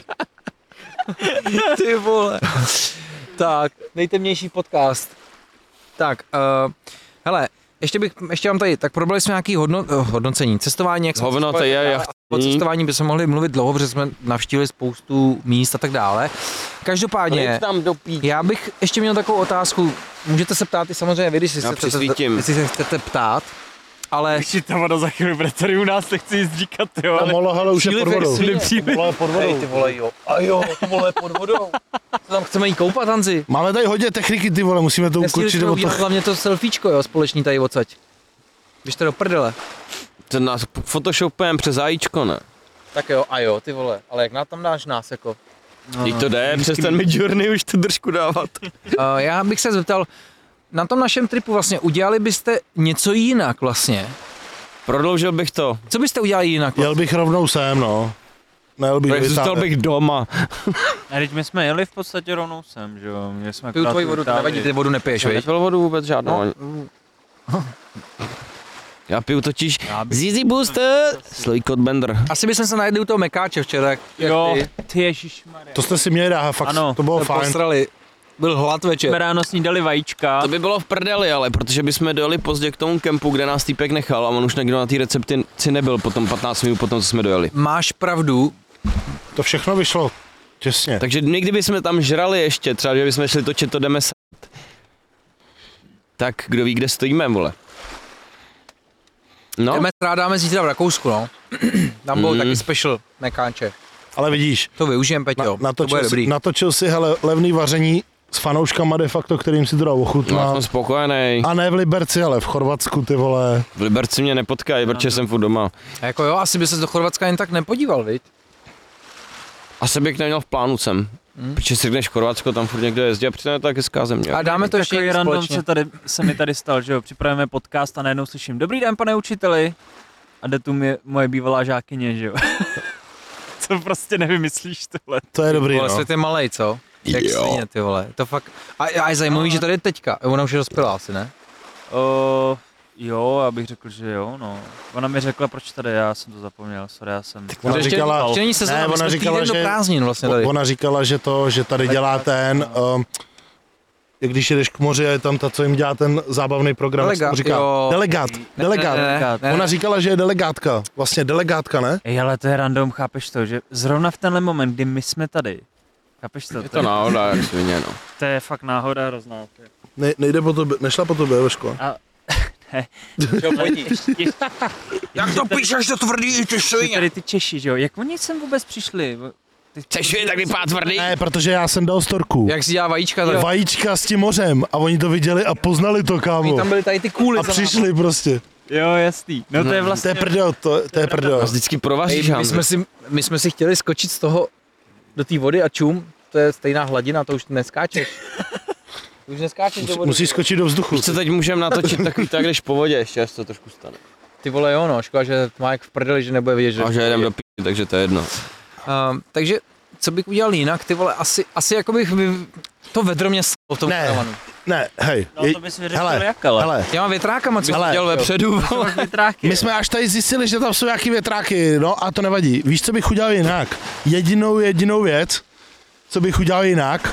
Ty vole. Tak, nejtemnější podcast. Tak, hele, ještě mám tady, tak probrali jsme nějaký hodnocení, cestování, jak Hovno, to je jachtní. O cestování bychom mohli mluvit dlouho, protože jsme navštívili spoustu míst a tak dále. Každopádně, já bych ještě měl takovou otázku, můžete se ptát i samozřejmě vy, když si se chcete ptát, ale... Ještě ta voda za chvíli bude tady u nás, nechci nic říkat, jo. A Molo, hele, už je pod vodou. Molo je pod vodou. Ty vole, jo. A jo, to vole pod vodou. Co tam chceme jí koupat, Hanzi? Máme tady hodně techniky, ty vole, musíme to ukončit. Hlavně to selfiečko, jo, společný tady odsaď. Když to do prdele. To nás photoshopujeme přes AIčko, ne? Tak jo, a jo, ty vole, ale jak tam dáš nás, jako? Teď to jde, přes ten Midjourney už tu držku dávat. Já bych se zeptal, na tom našem tripu vlastně udělali byste něco jinak vlastně? Prodloužil bych to. Co byste udělali jinak? Jel bych rovnou sem, no. Nejel bych Zůstal bych doma. A teď my jsme jeli v podstatě rovnou sem, že jo. Měli jsme Piju tvoji vodu, to nevadí, ty vodu nepiješ, Já viď? nepil vodu vůbec žádnou. Já piju totiž Zizi Booster, slojko od Bender. Asi bychom se najedli u toho Mekáče včera, jak Jo, ty. ty ježišmarja. To jste si měli dát, fakt, Ano, to bylo Se fajn. posrali. byl hlad večer. Jsme ráno snídali vajíčka. To by bylo v prdeli, ale protože bychom dojeli pozdě k tomu kempu, kde nás týpek nechal a on už někdo na té recepci nebyl potom 15 minut potom, co jsme dojeli. Máš pravdu, To všechno vyšlo těsně. Takže my kdybychom tam žrali ještě, třeba že bychom šli točit, to jdeme tak kdo ví, kde stojíme, vole. No, jdeme dáme zítra v Rakousku, no. Tam budou taky special mekáče. Ale vidíš, To využijem, Peťo, to bude dobrý. natočil si hele, levný vaření s fanouškama de facto, kterým si to dal no ochutnat. jsem spokojený. A ne v Liberci, ale v Chorvatsku, ty vole. V Liberci mě nepotkají, protože jsem furt doma. A jako jo, asi by se do Chorvatska jen tak nepodíval, viď? Asi bych neměl v plánu sem. Protože si řekneš Chorvatsko, tam furt někdo jezdí a přitom je to tak hezká země. A dáme to ještě Takový random společně. se mi tady stal, že jo, připravujeme podcast a najednou slyším, dobrý den, pane učiteli. A jde tu moje bývalá žákyně, že jo. Co prostě nevymyslíš tohle. To je dobrý, Vole, no. svět je malej, co? Jak svině, ty vole. To fakt... A je zajímavý, že tady je teďka. Ona už je dospělá asi, ne? Jo, já bych řekl, že jo, no. Ona mi řekla, proč tady, já jsem to zapomněl, sorry, já jsem... Ona ještě, říkala- ještě není sezóna, Ne, my ona jsme říkala, týden do že- prázdnin vlastně tady. Ona říkala, že tady dělá ten, jak když jedeš k moři a je tam ta, co jim dělá ten zábavný program, jak se tomu říká? jo. Delegát, delegát. Ne. Ona říkala, že je delegátka, vlastně delegátka, ne? Ej, ale to je random, chápeš to, že zrovna v tenhle moment, kdy my jsme tady, chápeš to? Je to náhoda, jak svině, no. To je fakt náhoda hrozná. Nejde po tobě, nešla po tobě ve škole. Jo, pojď. Jak to píšeš, to tvrdý, ty svině? Tady ty Češi, že jo, jak oni sem vůbec přišli? Chceš vědět, tak vypadá tvrdý? Ne, protože já jsem dal storku. Jak si dělá vajíčka tady? Vajíčka s tím mořem a oni to viděli a poznali to, Oni kámo. tam byly tady ty kůly A za náma. přišli prostě. Jo, jasný. No to je To vlastně... je prdel, to je prdel. A vždycky provazíš, Ej, my jsme si chtěli skočit z toho do té vody a čum, to je stejná hladina, to už neskáčeš. Už neskáčeš do vody. Musíš skočit do vzduchu. Co teď můžeme natočit takový tak, když po vodě ještě, až to trošku stane. Ty vole jo, no, škoda, že má jak v prdeli, že nebude vidět, že... A že jedem do p***, takže to je jedno. Takže, co bych udělal jinak, ty vole, asi jako bych to vedro mě v tom Ne. karavanu. Ne, hej. No to bys vyřešil hele, jak, ale. hele, Já mám větrákama, co Hele, jsem dělal vepředu. Máš větráky, my jo. jsme až tady zjistili, že tam jsou nějaký větráky, no a to nevadí. Víš, co bych udělal jinak? Jedinou věc, co bych udělal jinak,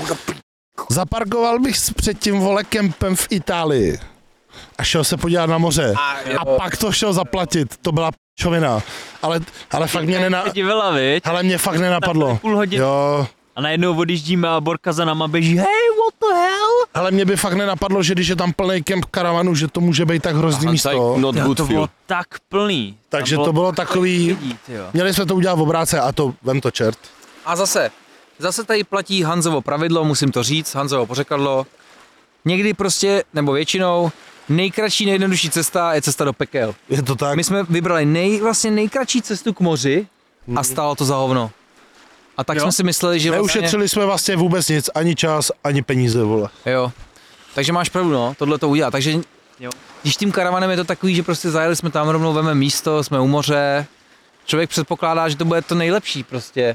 zaparkoval bych před tím vole kempem v Itálii a šel se podívat na moře a pak to šel zaplatit, to byla p***čovina, ale fakt mě Divila, viď? hele, mě fakt nenapadlo. Půl hodiny. Jo, A najednou odjíždíme a Borka za náma běží, hey, what the hell? ale mě by fakt nenapadlo, že když je tam plný kemp karavanu, že to může být tak hrozný místo. Not good To bylo feel. tak plný. Takže Tam to bylo takový, lidí, tyjo. měli jsme to udělat v obráce a to, vem to čert. A zase tady platí Hanzovo pravidlo, musím to říct, Hanzovo pořekadlo. Někdy prostě, nebo většinou, nejkratší, nejjednodušší cesta je cesta do pekel. Je to tak? My jsme vybrali nejkratší cestu k moři a stálo to za hovno. A tak Jo? jsme si mysleli, že vlastně... Neušetřili jsme vlastně vůbec nic, ani čas, ani peníze, vole. Jo. Takže máš pravdu, no, tohle to udělat. Takže Jo. když tím karavanem je to takový, že prostě zajeli jsme tam rovnou, veme místo, jsme u moře, člověk předpokládá, že to bude to nejlepší prostě.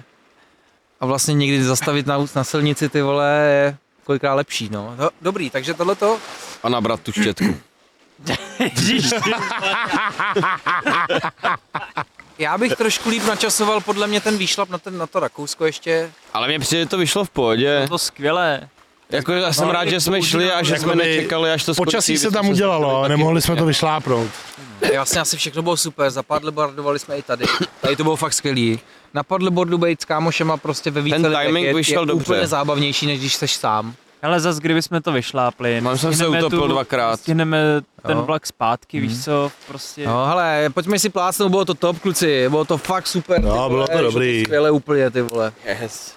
A vlastně někdy zastavit na silnici, ty vole, je kolikrát lepší, no. Dobrý, takže tohleto, A nabrat tu štětku. Ježiš, ty. já bych trošku líp načasoval podle mě ten výšlap na to Rakousko ještě. Ale mně přijde, že to vyšlo v pohodě. To skvělé. Jako já jsem rád, že jsme šli a že jsme Jakoby nečekali, až to skončí. Počasí se My tam jsme udělalo, taky nemohli jsme to vyšlápnout. Vlastně asi všechno bylo super, zapadli bordovali jsme i tady. Tady to bylo fakt skvělý. Na paddleboardu být s kámošema prostě ve více lidech timing je vyšel dobře. úplně zábavnější, než když seš sám. Ale zas kdyby jsme to vyšlápli. Mám jsem se nestihneme utopil dvakrát. Stihneme ten Jo. vlak zpátky, víš co, prostě. No hele, pojďme si plácnout, bylo to top, kluci, bylo to fakt super. ty No, vole, bylo to šlo dobrý. Skvěle úplně, ty vole. Yes.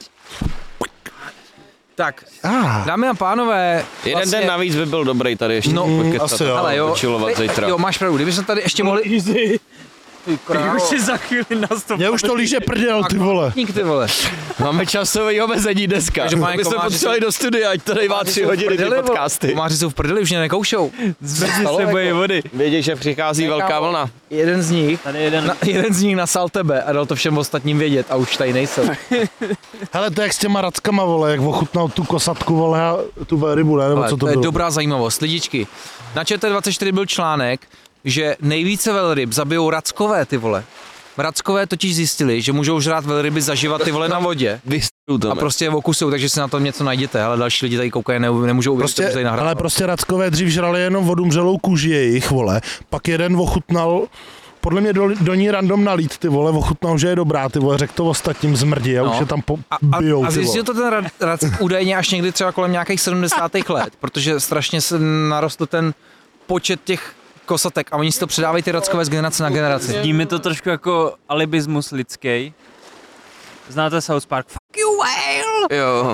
Tak, dámy a pánové, Jeden den navíc by byl dobrý tady ještě. No, pokecat asi jo. a hele jo, počilovat zítra. jo, máš pravdu, kdybychom tady ještě mohli... Easy. Ty krávo. Už si za chvíli nás to... Mě už to líže prdel, ty vole. Ty vole. Máme časové omezení dneska. Každopádně My jsme komáři potřebovali do studia, ať to nejvá 3 hodiny ty podcasty. Komáři jsou v prdeli, už mě nekoušou. Zmrzli stalo, se bojí jako? vody. Vědí, že přichází velká vlna. Jeden z nich, Tady jeden. jeden z nich nasal tebe a dal to všem ostatním vědět a už tady nejsou. Hele, to je jak s těma rackama, vole, jak ochutnal tu kosatku, vole, a tu rybu, ne, nebo Ale co to to je bylo. dobrá zajímavost. Lidičky, na ČT24 byl článek, že nejvíce velryb zabijou rackové, ty vole. Rackové totiž zjistili, že můžou žrát velryby zaživa ty vole na vodě. Vystrou to, A prostě je okusou, takže si na tom něco najděte, ale další lidi tady koukají, nemůžou uvěřit, Prostě, že tady nahrát. ale prostě Rackové dřív žrali jenom odumřelou kůži jejich, vole. Pak jeden ochutnal, podle mě do ní random nalít, ty vole, ochutnal, že je dobrá, ty vole, řekl to ostatním zmrdí a už je tam bijou, a ty zjistil vole. to ten Rack údajně až někdy třeba kolem nějakých 70. let, protože strašně se narostl ten počet těch kosatek a oni si to předávají ty Rackové z generace na generaci. Zní mi to trošku jako alibismus lidský. Znáte South Park? Fuck you whale! Jo.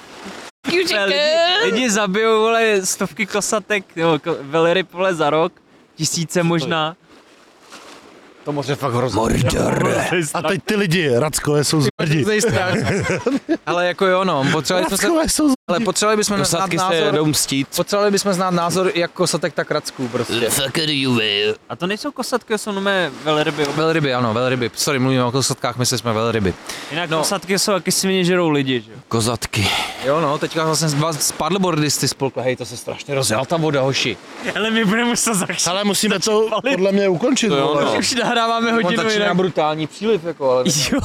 Lidi zabijou, vole, stovky kosatek, nebo velryb, vole, za rok. Tisíce možná. To moře fakt hrozné. A teď ty lidi, Rackové jsou zmrdí. Ale jako jo, no, potřebovali bychom znát Kosatky se názor, jedou mstít. potřebovali bychom znát názor jak kosatek, tak Racků prostě. A to nejsou kosatky, jsou nové velryby. Velryby, ano, velryby. Sorry, mluvíme o kosatkách, my jsme velryby. Jinak kosatky jsou taky svině žerou lidi, že jo? Kozatky. Jo, no, teďka vlastně z paddleboardisty spolkli, hej, to se strašně rozjela ta voda, hoši. Ale my budeme muset začít. Ale musíme to podle mě ukončit, To jo, vole. no. Už nahráváme hodinu Začíná jinak. brutální příliv, jako, ale... Jo.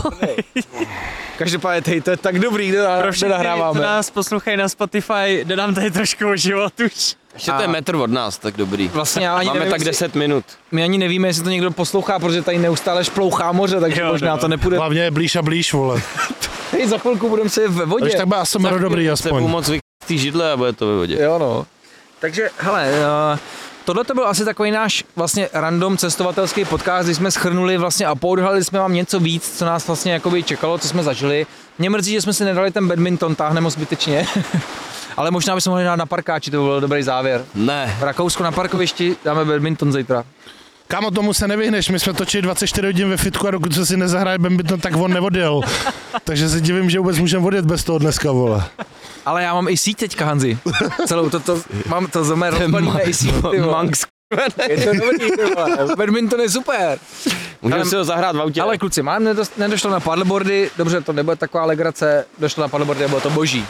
Každopádně, hej, to je tak dobrý, kde Pro všechny, co nahráváme. nás poslouchají na Spotify, jde nám tady trošku o život už. Ještě to je metr od nás, tak dobrý. Vlastně já ani Máme nevím, tak 10 minut. my ani nevíme, jestli to někdo poslouchá, protože tady neustále šplouchá moře, takže Jo, možná no. to nepůjde. Hlavně je blíž a blíž, vole. Hej, za chvilku budeme se ve vodě. Takže tak byl asi dobrý Se aspoň. pomoct z té židle a bude to ve vodě. Jo, no. Takže, hele, tohle to byl asi takový náš vlastně random cestovatelský podcast, kdy jsme shrnuli vlastně a poodhalili jsme vám něco víc, co nás vlastně jakoby čekalo, co jsme zažili. Mě mrzí, že jsme si nedali ten badminton, táhneme zbytečně. Ale možná bychom mohli dát na parkáči, to by byl dobrý závěr. Ne. V Rakousku na parkovišti dáme badminton zítra. Kámo, tomu se nevyhneš, my jsme točili 24 hodin ve fitku a dokud se si nezahraje badminton, tak on neodjel. Takže se divím, že vůbec můžeme odjet bez toho dneska, vole. Ale já mám i síť teďka, Hanzi. Celou mám to zomé rozbalíme i síť, ty vole. Manx. Je to dobrý, ty vole. Badminton je super. Můžeme si ho zahrát v autě. Ale kluci, mám nedošlo na paddleboardy, dobře, to nebude taková legrace, došlo na paddleboardy a bylo to boží.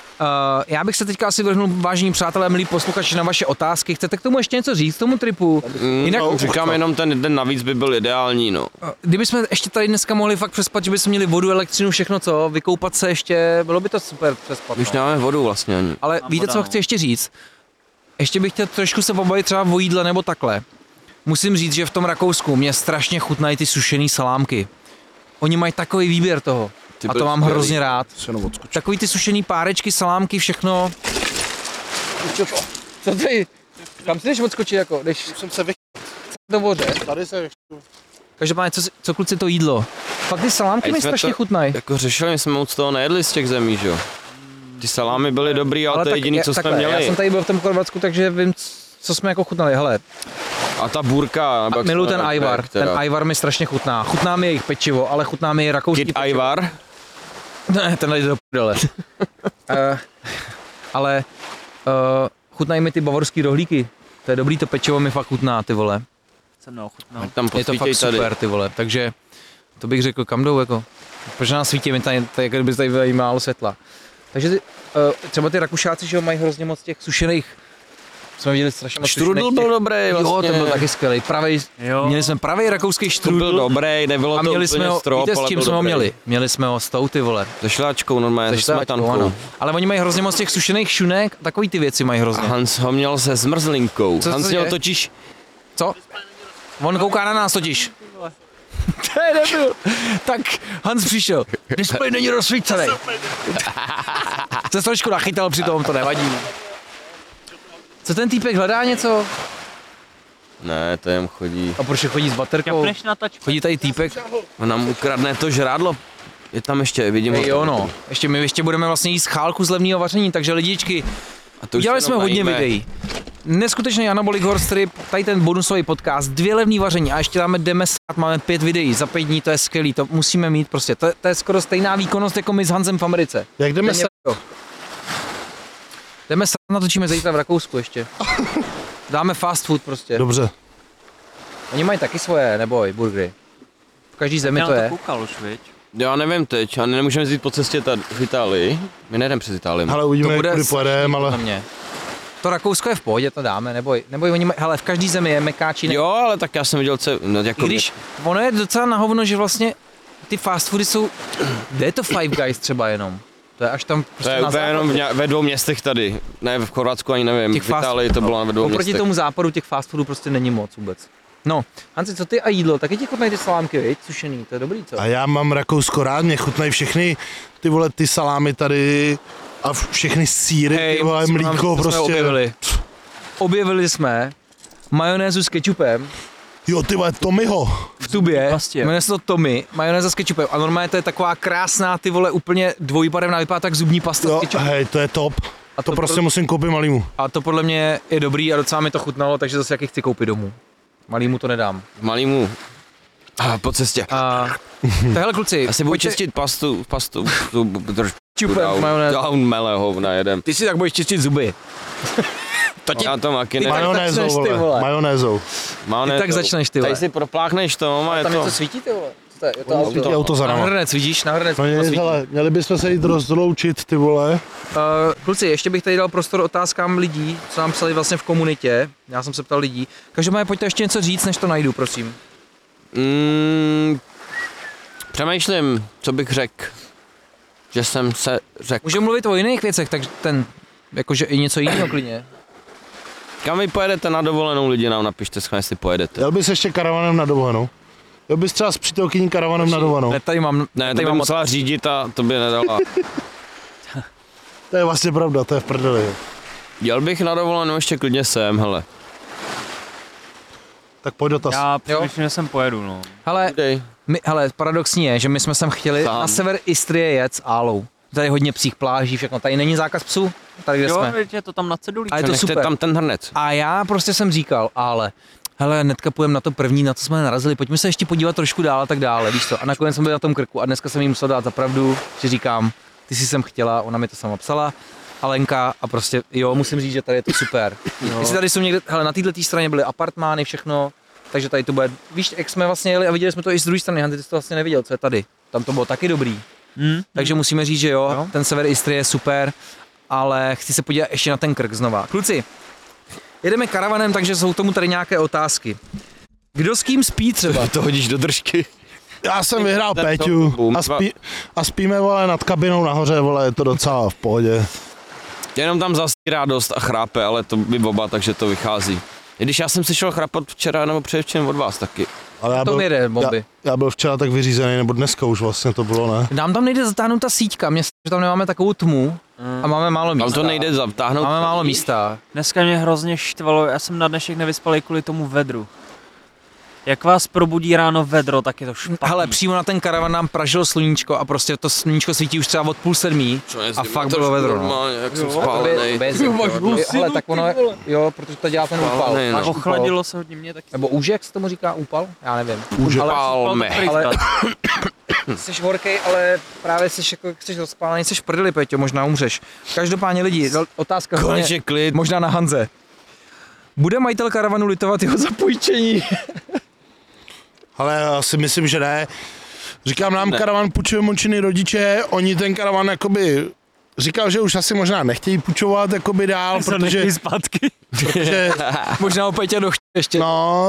Já bych se teďka asi vrhnul, vážení přátelé, milí posluchači, na vaše otázky. Chcete k tomu ještě něco říct, k tomu tripu? Jinak, Říkám jenom ten den navíc by byl ideální, no. kdybychom ještě tady dneska mohli fakt přespat, že bychom měli vodu, elektřinu, všechno co, vykoupat se ještě, bylo by to super přespat. Už No. nemáme vodu vlastně ani. Ale Mám víte, voda, co no. chci ještě říct? Ještě bych chtěl trošku se pobavit třeba o jídle nebo takhle. Musím říct, že v tom Rakousku mě strašně chutnají ty sušený salámky. Oni mají takový výběr toho. Ty A byly to mám skvělý. hrozně rád. Odskočil. Takový ty sušený párečky, salámky, všechno. Co ty? Kam si jdeš odskočit jako? Jdeš Jsem se do vody. tady se Každopádně, co kluci to jídlo? Fakt ty salámky Ať mi jsme strašně to- chutnají. Jako řešili, my jsme moc toho nejedli z těch zemí, že jo. Ty salámy byly dobrý, ale to je jediný, co jsme takhle, Já měli. jsem tady byl v tom Chorvatsku, takže vím, co jsme jako chutnali. Hele, A ta burka. nebo jak se miluji to ten jmenuje, ajvar. která- Ten ajvar mi strašně chutná. Chutná mi jejich pečivo, ale chutná mi i rakouský Kid pečivo. ajvar. Ne, ten jde do prdele. Ale chutnají mi ty bavorský rohlíky. To je dobrý, to pečivo mi fakt chutná, ty vole. Jsem neochutnal. Ať tam Je to posvítěj fakt tady. super, ty vole. Takže to bych řekl, kam jdou, jako. Proč nás svítí, mi tady jako kdyby tady bylo málo světla. Takže ty, třeba ty Rakušáci, že jo, mají hrozně moc těch sušených. Jsme viděli strašně moc Štrudl sušených byl těch- dobrý Jo, vlastně. ten byl taky skvělý. Jo. Měli jsme pravý rakouský To byl štrudl. dobrý, nebylo A to měli jsme úplně ho, strop, víte, s ale čím byl jsme ho dobrý. měli? Měli jsme ho s tou, ty vole. Se šláčkou normálně, se štáčkou, smetankou. ano. Ale oni mají hrozně moc těch sušených šunek, takový ty věci mají A hrozně. Hans ho měl se zmrzlinkou. Co Hans se měl děje? totiž Co? On kouká na nás totiž. To je nebyl. Tak Hans přišel. Displej není rozsvícený. Se trošku nachytal při tom, to nevadí. Co ten týpek hledá něco? Ne, to jen chodí. A proč chodí s baterkou? Kapneš na tačku. Chodí tady týpek. On nám ukradne to žrádlo. Je tam ještě, vidím ho. Jo no, my ještě budeme vlastně jíst chálku z levného vaření, takže lidičky, A to už udělali se jsme jenom hodně najíme. videí. Neskutečný Anabolic Horse Trip, tady ten bonusový podcast, 2 levný vaření a ještě jdeme sát, máme 5 videí, za 5 dní, to je skvělý, to musíme mít prostě, to je skoro stejná výkonnost jako my s Hansem v Americe. Jak jdeme Stejně jako. Jdeme sát, natočíme zítra v Rakousku ještě. Dáme fast food prostě. Dobře. Oni mají taky svoje, neboj, burgery. V každý zemi Já to na je. to koukal už, viď? Já nevím teď, a nemůžeme jít po cestě tady v Itálii. My nejdeme přes Itálii. Ale uvidíme, kudy pojedeme, na ale mě. To Rakousko je v pohodě, to dáme, neboj oni mají, hele, v každý zemi je mekáči. Jo, ale tak já jsem viděl, no, jako I když ono je docela na hovno, že vlastně ty fast foody jsou, kde je to Five Guys třeba jenom? To je až tam to prostě je na úplně jenom ve 2 městech tady, ne v Chorvatsku ani nevím, Těch v Itálii to bylo ve 2 oproti městech. tomu západu těch fast foodů prostě není moc vůbec. No, Hanci, co ty a jídlo? Taky ti chutnají ty salámky, viď? Sušený, to je dobrý, co? A já mám Rakousko rád, mě chutnají všechny ty vole, ty salámy tady a všechny sýry, ty vole, mlíko prostě. Objevili jsme majonézu s kečupem Jo, ty vole, Tommyho. v tubě, Vlastně. jmenuje se to Tommy, majonéza s kečupem a normálně to je taková krásná, ty vole, úplně dvojbarevná, vypadá tak zubní pasta s Jo, kečupem. hej, to je top. A To prostě musím koupit malýmu. A to podle mě je dobrý a docela mi to chutnalo, takže zase jaký chci koupit domů. Malýmu to nedám. Malýmu. A po cestě. A tahle kluci, Asi budu pojďte čistit pastu, čupem majonézu. down meleho najedem. Ty si tak budeš čistit zuby. Já to maky Ty ne. tak Majonézou, začneš, ty vole. vole. Majonézou. Majonézou. tak začneš, ty vole. Tady si propláchneš to, a je Tam to. něco svítí, ty vole. Co to je? Je to Svítí auto za Na náma. hrnec, vidíš? Na hrnec No nic, svítí. hele, měli bychom se jít rozloučit, ty vole. Kluci, ještě bych tady dal prostor otázkám lidí, co nám psali vlastně v komunitě. Já jsem se ptal lidí. Každopádně pojďte ještě něco říct, než to najdu, prosím. Přemýšlím, co bych řekl. Že jsem se řekl. Můžeme mluvit o jiných věcech, tak ten, jakože i něco jiného klidně. Kam vy pojedete na dovolenou, lidi nám napište, jestli pojedete. Jel bys ještě karavanem na dovolenou? Jel bys třeba s přítelkyní karavanem na dovolenou? Ne, tady mám, Ne, to tady by mám musela řídit a to by nedala. To je vlastně pravda, to je v prdeli. jo. Jel bych na dovolenou ještě klidně sem, hele. Tak pojď dotaz. Já přemýšlím, že sem pojedu, no. hele, paradoxní je, že my jsme sem chtěli Sám. na sever Istrie jet s Álou. Tady je hodně psích pláží, všechno. Tady není zákaz psů, tady kde Jo, jsme. je to tam na cedulí. A je to Nechte super. tam ten hrnec. A já prostě jsem říkal, ale hele, hnedka půjdeme na to první, na co jsme narazili, pojďme se ještě podívat trošku dál a tak dále, víš co. A nakonec jsem byl na tom krku a dneska jsem jí musel dát za pravdu, že říkám, ty jsi sem chtěla, ona mi to sama psala, Alenka a prostě jo, musím říct, že tady je to super. Jestli tady jsou někde, hele, na této straně byly apartmány, všechno, takže tady to bude, víš, jak jsme vlastně jeli a viděli jsme to i z druhé strany, Hanty, ty jsi to vlastně neviděl, co je tady, tam to bylo taky dobrý. Takže musíme říct, že jo, ten sever Istrie je super, ale chci se podívat ještě na ten krk znova. Kluci, jedeme karavanem, takže jsou k tomu tady nějaké otázky. Kdo s kým spí třeba? To hodíš do držky. Já jsem vyhrál ten Péťu boom. a spíme, vole, nad kabinou nahoře, vole, je to docela v pohodě. Jenom tam zasírá dost a chrápe, ale to by oba, takže to vychází. I když já jsem si šel chrapat včera nebo předevčerem od vás taky. Ale To mi jede, bomby. já byl včera tak vyřízený, nebo dneska už vlastně to bylo, ne? Nám tam nejde zatáhnout ta síťka, mě že tam nemáme takovou tmu a máme málo místa. Tam to nejde zatáhnout. Máme málo místa. Dneska mě hrozně štvalo, já jsem na dnešek nevyspal i kvůli tomu vedru. Jak vás probudí ráno vedro, tak je to špatný. Hele, přímo na ten karavan nám pražilo sluníčko a prostě to sluníčko svítí už třeba od 6:30 a fakt bylo vedro. No. Normálně, jak jsem To spálenej. Ale tak ono, jo, protože to dělá ten úpal. Spálenej, no. Máš úpal. Ochladilo se hodně mě taky. Nebo úžek se tomu říká, úpal? Já nevím. Palme. Ale jsi horkej, ale právě jsi jako, jak jsi rozpálený, jsi v prdeli, Peťo, možná umřeš. Každopádně lidi, otázka Konečně klid. možná na Hanze. Bude majitel karavanu litovat jeho zapůjčení? Ale já si myslím, že ne. Říkám, nám karavan půjčuje Mončiny rodiče, oni ten karavan jakoby říkal, že už asi možná nechtějí půjčovat jakoby dál, protože zpátky. Možná opět tě ještě. no,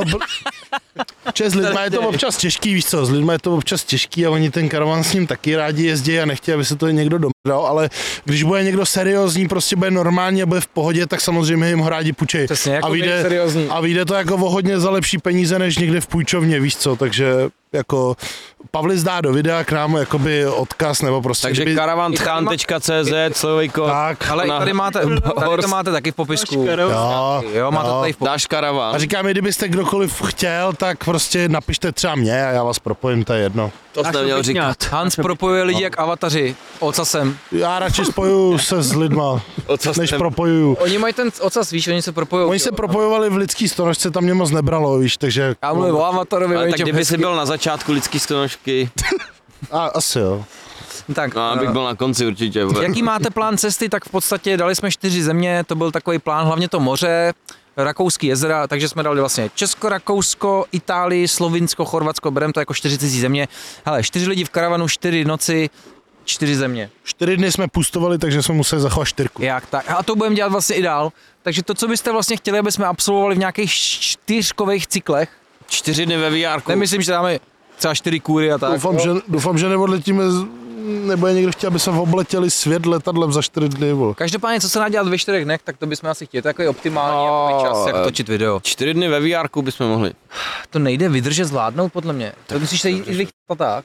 s lidma je to občas těžký, víš co, s lidma je to občas těžký a oni ten karavan s ním taky rádi jezdí a nechtějí, aby se to někdo dal, ale když bude někdo seriózní, prostě bude normálně, bude v pohodě, tak samozřejmě jim ho rádi půjčej. Přesně, jako seriózní. A vyjde to jako o hodně za lepší peníze, než někde v půjčovně, víš co, takže jako Pavlis dá do videa k nám jakoby odkaz, nebo prostě Takže karavantchan.cz, slovej kód. tak, Ale tady to máte taky v popisku. Jo, máte to tady v popisku. Dáš karavan. A říkám, kdybyste kdokoliv chtěl, tak prostě napište třeba mě a já vás propojím, to je jedno. To jsi neměl říkat. Hans propojuje lidi jak avataři, ocasem. Já radši spojuju se s lidma, než propojuju. Oni mají ten ocas, víš, oni se propojují. Oni se propojovali v lidský stonožce, tam mě moc nebralo, víš, takže... Já mluvím o avatarovi, Ale tak většinou kdyby jsi hezky. byl na začátku lidský stonožky, Asi jo. Tak, no, abych byl na konci určitě. jaký máte plán cesty, tak v podstatě dali jsme 4 země, to byl takový plán, hlavně to moře, Rakouský jezera, takže jsme dali vlastně Česko, Rakousko, Itálii, Slovinsko, Chorvatsko, bereme to jako 40 země. Hele, 4 lidi v karavanu, 4 noci, 4 země. 4 dny jsme pustovali, takže jsme museli zachovat 4. Jak tak? A to budeme dělat vlastně i dál. Takže to, co byste vlastně chtěli, aby jsme absolvovali v nějakých 4kových cyklech, 4 dny ve VR. nemyslím, že dáme třeba 4 kůry a tak. Doufám, že neodletíme, nebo je někdo chtěl, aby jsme obletěli svět letadlem za 4 dny. Vole. Každopádně, co se dá dělat ve 4 dnech, tak to bychom asi chtěli. To je takový optimální čas, jak točit video. 4 dny ve VR bychom mohli. To nejde vydržet zvládnout, podle mě. To musíš se jít vychytat tak.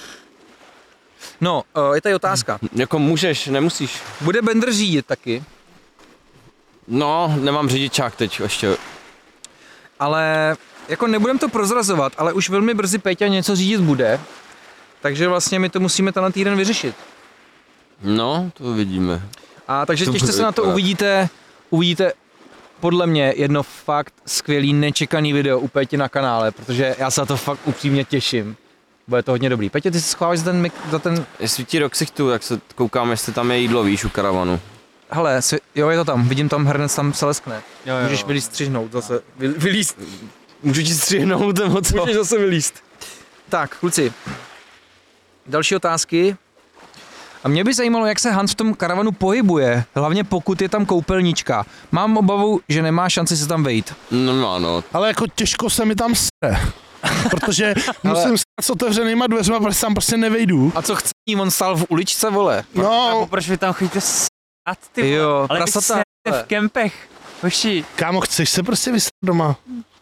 No, je tady otázka. Jako můžeš, nemusíš. Bude Bender řídit taky, No, nemám řidičák teď ještě. ale jako nebudem to prozrazovat, ale už velmi brzy Péťa něco řídit bude. Takže vlastně my to musíme tenhle týden vyřešit. No, to vidíme. A takže To těšte bude se na to, vypadat. uvidíte podle mě jedno fakt skvělý, nečekaný video u Péti na kanále, protože já se na to fakt upřímně těším. Bude to hodně dobrý. Pétě, ty se schováš za ten... Jestli ti do ksichtu, tak se koukám, jestli tam je jídlo, víš, u karavanu. Hele, jo, je to tam, vidím tam hrnec, tam se leskne. Jo. Můžeš vylíst střihnout zase, vylíst. Můžu ti střihnout, nebo co? Můžeš zase vylíst. Tak, kluci, další otázky. A mě by zajímalo, jak se Hans v tom karavanu pohybuje, hlavně pokud je tam koupelnička. Mám obavu, že nemá šanci se tam vejít. No, ano. Ale jako těžko se mi tam sere. Protože musím stát s otevřenýma dveřma, protože tam prostě nevejdu. A co chce, on stál v uličce, vole. No, Proč vy tam chodíte s***at, ty vole? Jo, Ale prasata. vy jste v kempech. Hoši, kámo, chceš se prostě vysrat doma?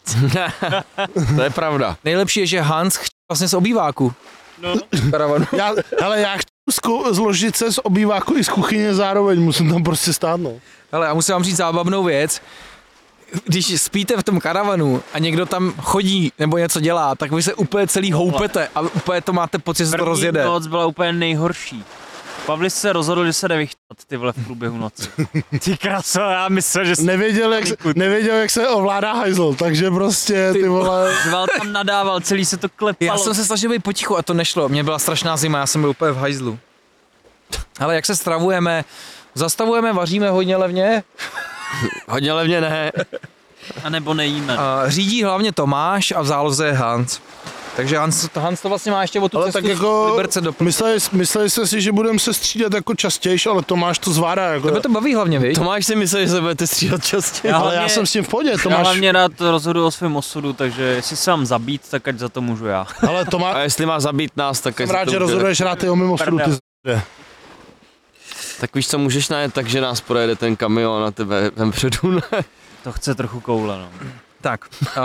To je pravda. Nejlepší je, že Hans chce vlastně z obýváku. no. Karavanu. Já chci zložit se z obýváku i z kuchyně zároveň, musím tam prostě stát, no. Hele, já musím vám říct zábavnou věc. Když spíte v tom karavanu a někdo tam chodí nebo něco dělá, tak vy se úplně celý houpete a úplně to máte pocit, že se to První rozjede. noc byla úplně nejhorší. Pavlis se rozhodl, že se jde vychtat, ty vole, v průběhu noci. Ty kraso, já myslel, že Nevěděl, jak se ovládá hajzl, takže prostě ty vole... Zval tam nadával, celý se to klepalo. Já jsem se snažil být potichu a to nešlo. Mně byla strašná zima, já jsem byl úplně v hajzlu. Ale jak se stravujeme? Zastavujeme, vaříme hodně levně. Hodně levně ne. A nebo nejíme. A řídí hlavně Tomáš a v záloze je Hans. Takže Hans to vlastně má ještě o tu Ale cestu tak jako z Liberce do... mysleli jste si, že budeme se střídat jako častějš, ale Tomáš to zvládá jako... Tebe to baví hlavně, viď? Tomáš si myslel, že se budete střídat častěji. Ale já jsem s tím v pohodě, Já Tomáš... hlavně rád rozhoduji o svém osudu, takže jestli se mám zabít, tak ať za to můžu já. Ale A Tomáš... jestli má zabít nás, tak Jsem rád, že rozhoduješ rád o mimosudu, ty z***e. Tak víš co, můžeš najet tak, že nás projede ten kamion a tebe vempředu, ne? To chce trochu koule, no. Tak.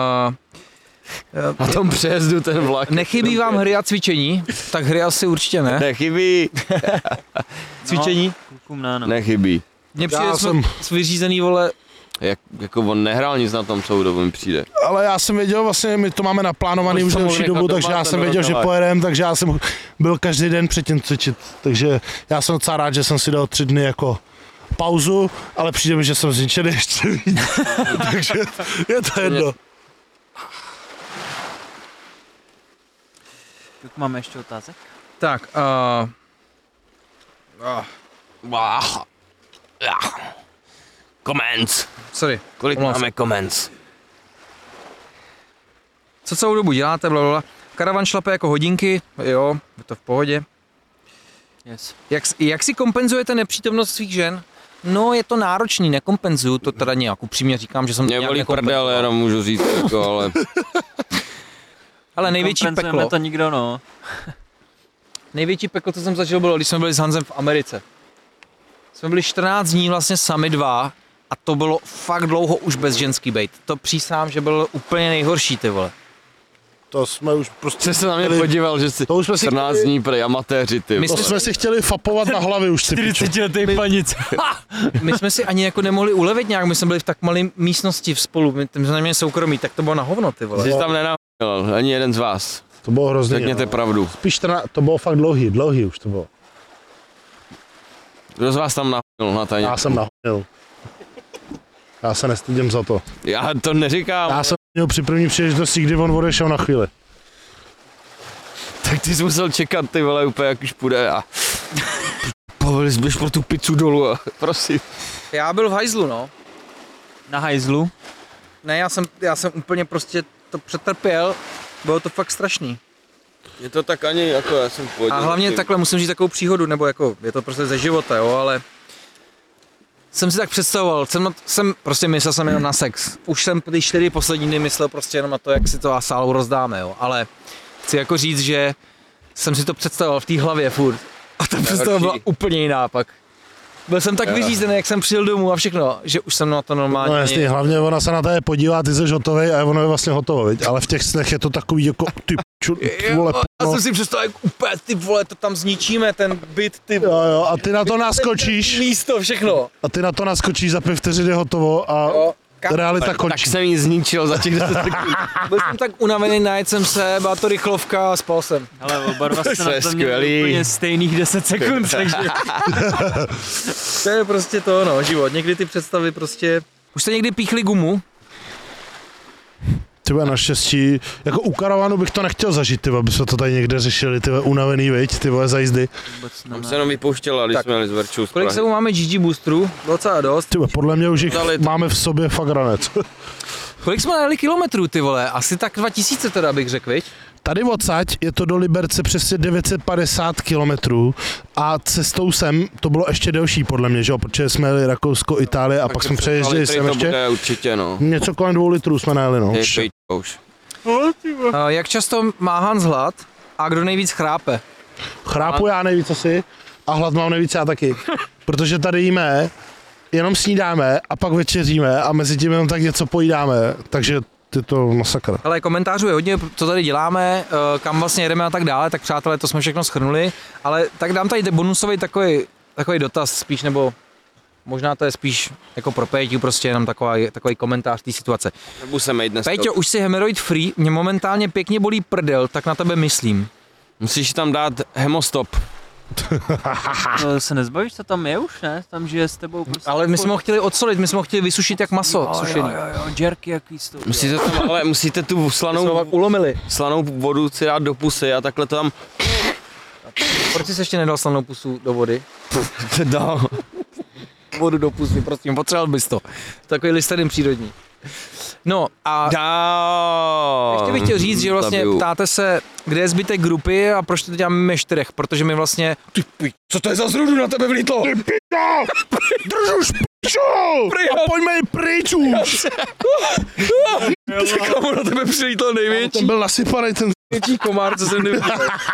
Na tom přejezdu ten vlak. Nechybí vám hry a cvičení? Tak hry asi určitě ne. Nechybí. Cvičení? Klukům ne, no. Nechybí. Mně přijde, Já jsme jsem- vyřízený, vole, Jako on nehrál nic na tom celou dobu, mi přijde. Ale já jsem věděl, vlastně my to máme naplánovaný Proč už to mohl delší nechat dobu, doma, takže já ten jsem věděl, že rozhodák? pojedem, takže já jsem byl každý den předtím cvičit. Takže já jsem docela rád, že jsem si dal 3 dny jako pauzu, ale přijde mi, že jsem zničený ještě víc. Takže je to jedno. Tak máme ještě otázek? tak, Comments. sorry. Kolik Omlouvám máme comments? Co celou dobu děláte, blablabla. Karavan šlape jako hodinky, jo, je to v pohodě. Yes. Jak si kompenzujete nepřítomnost svých žen? No, je to náročný, nekompenzuju to teda nějak, upřímně říkám, že jsem to Mě nějak volí prdel, nekompenzoval. jenom můžu říct, jako, ale Ale největší Kompenzujeme peklo, to nikdo, no. největší peklo, co jsem zažil, bylo, když jsme byli s Hansem v Americe. Jsme byli 14 dní vlastně sami dva a to bylo fakt dlouho už bez ženský bejt. To přísám, že bylo úplně nejhorší, ty vole. To jsme už prostě... jsi se na mě podíval, že jsi To už jsme si 14 dní prej amatéři, ty. My To jsme jsme si chtěli fapovat na hlavy už si piču. 40letý panic. My jsme si ani jako nemohli ulevit nějak, my jsme byli v tak malé místnosti spolu, my jsme neměli soukromí, tak to bylo na hovno, ty vole. Jsi tam nenahojil, ani jeden z vás. To bylo hrozný. Řekněte pravdu. Spíš to bylo fakt dlouhý už to bylo. Kdo z vás tam nahojil na tajně? Já jsem nahodil. Já se nestydím za to. Já to neříkám. Já jsem měl při první příležitosti, kdy on odešel na chvíli. Tak ty jsi musel čekat, ty vole, úplně jak už půjde a... Poveli zběž pro tu pizzu dolů a prosím. Já byl v hajzlu, no. Na hajzlu. Ne, já jsem úplně prostě to přetrpěl, bylo to fakt strašný. Je to tak ani, jako já jsem původně. A hlavně takhle musím říct takovou příhodu, nebo jako je to prostě ze života, jo, ale jsem si tak představoval, prostě myslel jsem jenom na sex. Už jsem ty 4 poslední dny myslel prostě jenom na to, jak si to sálu rozdáme, jo, ale chci jako říct, že jsem si to představoval v té hlavě furt. A ta představa byla úplně jiná pak. Byl jsem tak vyřízený, jak jsem přijel domů a všechno, že už jsem na to normálně... No jasně, hlavně ona se na tebe podívá, ty jsi hotovej a ono je vlastně hotovo, viď? Ale v těch snech je to takový jako ty vole, já jsem si představil, jak úplně ty vole, to tam zničíme, ten byt, ty vole. Jo, a ty na to naskočíš. Místo, všechno. A ty na to naskočíš, za 5 vteřin je hotovo a realita Tak končí. jsem jí zničil za těch 10 sekund. Byl jsem tak unavený, najet jsem se, byla to rychlovka a spal jsem. Ale oba dva jste To je na to měli skvělý. úplně stejných 10 sekund, takže... To je prostě to, no, život. Někdy ty představy prostě... Už jste někdy píchli gumu? Tyhle naštěstí, jako u karavanu bych to nechtěl zažít, tyhle, aby jsme to tady někde řešili, tyhle unavený, viď, tyhle za jízdy. Tam se jenom vypouštěla, když Tak. jsme jeli z Verčů z Kolik Prahy. sebou máme GG boosterů? Docela dost. Tyhle, podle mě už jich Dali- máme v sobě fakt ranec. Kolik jsme najeli kilometrů, ty vole? Asi tak 2000 teda bych řekl, viď? Tady odsaď je to do Liberce přesně 950 kilometrů a cestou sem to bylo ještě delší podle mě, že jo, protože jsme jeli Rakousko, Itálie a pak jsme přejezdili sem to ještě. bude určitě, no. Něco kolem 2 litrů jsme najeli, no. Je pejčka už. Jak často má Hans hlad a kdo nejvíc chrápe? Chrápu já nejvíc asi a hlad mám nejvíc já taky. Protože tady jíme, jenom snídáme a pak večeříme a mezi tím jenom tak něco pojídáme, takže je to masakr. Ale komentářů je hodně, co tady děláme, kam vlastně jedeme a tak dále, tak přátelé, to jsme všechno shrnuli, ale tak dám tady bonusový takový dotaz spíš, nebo možná to je spíš jako pro Péťu, prostě jenom takový komentář té situace. Nebudu se mít dneska. Péťo, už si hemoroid free, mě momentálně pěkně bolí prdel, tak na tebe myslím. Musíš tam dát hemostop. No, se nezbavíš, co tam je už, ne? Tam žije s tebou prostě... Ale my jsme ho chtěli odsolit, my jsme ho chtěli vysušit jak maso sušený. Jo, jerky jaký z toho. Musíte tam, ale musíte tu Jsme ho slanou, pak ulomili. slanou vodu si dát do pusy a takhle to tam Proč jsi ještě nedal slanou pusu do vody? dá. Vodu do pusy, prosím, potřeboval bys to. Takový listerin přírodní. No a ještě bych chtěl říct, že vlastně ptáte se, kde je zbytek grupy a proč to děláme my 4, protože my vlastně... Ty co to je za zrudu na tebe vlítlo? Ty píčo! Drž už píčo! A pojďme pryč už! Komu na tebe přilítlo největší? Ten byl nasypaný ten Největší komár, co jsem neviděl.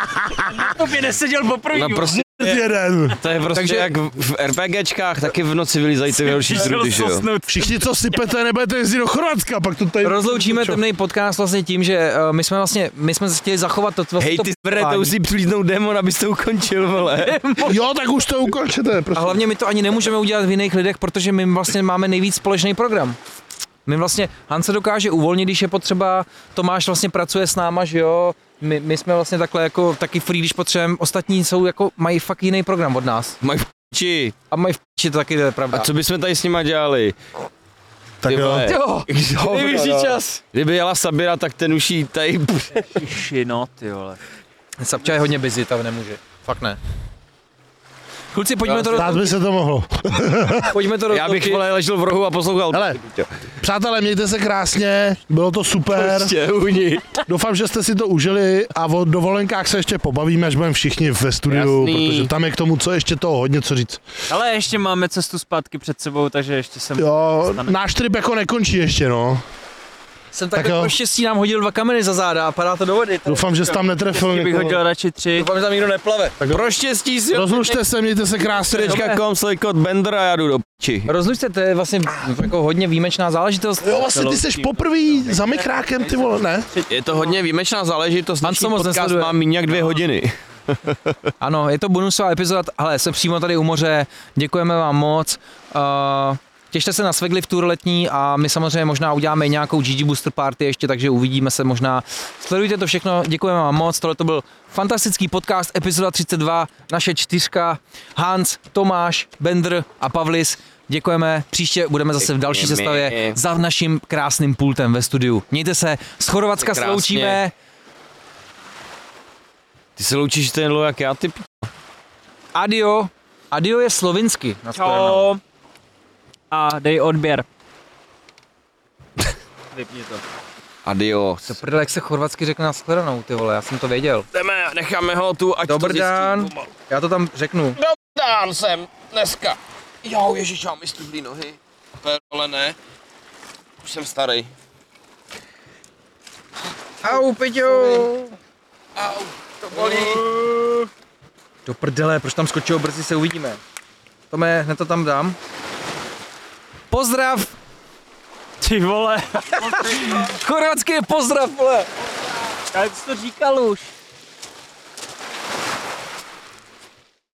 To by neseděl poprvé. No prostě, jeden. to je prostě Takže- jak v RPGčkách, taky v noci vylízají ty velší zrudy, že jo? Všichni, co sypete, nebudete jezdit do Chorvatska, pak to tady... Rozloučíme temný podcast vlastně tím, že my jsme chtěli zachovat to vlastně Hej, ty zvré, to musí přilítnout démon, abys to ukončil, vole. Jo, tak už to ukončete, A prostě. hlavně my to ani nemůžeme udělat v jiných lidech, protože my vlastně máme nejvíc společný program. My vlastně, Han se dokáže uvolnit, když je potřeba, Tomáš vlastně pracuje s náma, že jo, my jsme vlastně takhle jako taky free, když potřebujeme, ostatní jsou jako, mají fakt jiný program od nás. Mají v či. A mají v to taky, to je pravda. A co bychom tady s nima dělali? Tak Ty jo. vole. Jo, nejvyšší čas. Kdyby jela Sabira, tak ten už jí tady... Šiši, no, ty vole. Sapča je hodně busy, ta nemůže. Fakt ne. Kluci, pojďme to, Stát by se to mohlo. pojďme to Já bych, vole, ležel v rohu a poslouchal. Hele, přátelé, mějte se krásně, bylo to super. Prostě uni. Doufám, že jste si to užili a o dovolenkách se ještě pobavíme, až budeme všichni ve studiu, Jasný. protože tam je k tomu co ještě toho hodně co říct. Ale ještě máme cestu zpátky před sebou, takže ještě jsem... Jo, stane. náš trip jako nekončí ještě, no. jsem tak tak jo. pro štěstí nám hodil 2 kameny za záda a padá to do vody. Doufám, že jsi tam netrefil Bych někoho. hodil radši 3. Doufám, že tam nikdo neplave. Pro štěstí si Rozlučte se, mějte se krásně. Srdečka.com/kod Bender a já jdu do piči. Rozlučte, to je vlastně jako hodně výjimečná záležitost. Jo, vlastně ty jsi poprvý za mikrákem, ty vole, ne? Je to hodně výjimečná záležitost, Hans to dnešní moc podcast nesleduje. má méně jak 2 hodiny. Ano, je to bonusová epizoda, ale jsme přímo tady u moře, děkujeme vám moc. Těšte se na Svegliv Tour letní a my samozřejmě možná uděláme i nějakou GG Booster Party ještě, takže uvidíme se možná. Sledujte to všechno, děkujeme vám moc, tohle to byl fantastický podcast, epizoda 32, naše 4, Hans, Tomáš, Bender a Pavlis. Děkujeme, příště budeme zase v další Děkujeme. sestavě za naším krásným pultem ve studiu. Mějte se, z Chorvatska se Krásně. loučíme. Ty se loučíš stejně jak já, ty Adio. Adio je slovinsky. Čau. A dej odběr. Vypni to. Adios. To prdele, jak se chorvatsky řekne na shledanou, ty vole, já jsem to věděl. Jdeme, necháme ho tu, ať Dobrý to zjistí. den, já to tam řeknu. Dobrý den jsem dneska. Jo, ježiš, mám mi stuhlý nohy. Ale ne. Už jsem starý. Au, Peťo! Au, to bolí. Do prdele, proč tam skočil, brzy se uvidíme. Tome, hned to tam dám. Pozdrav! Ty vole, Chorvatský pozdrav, vole! já jsi to říkal už.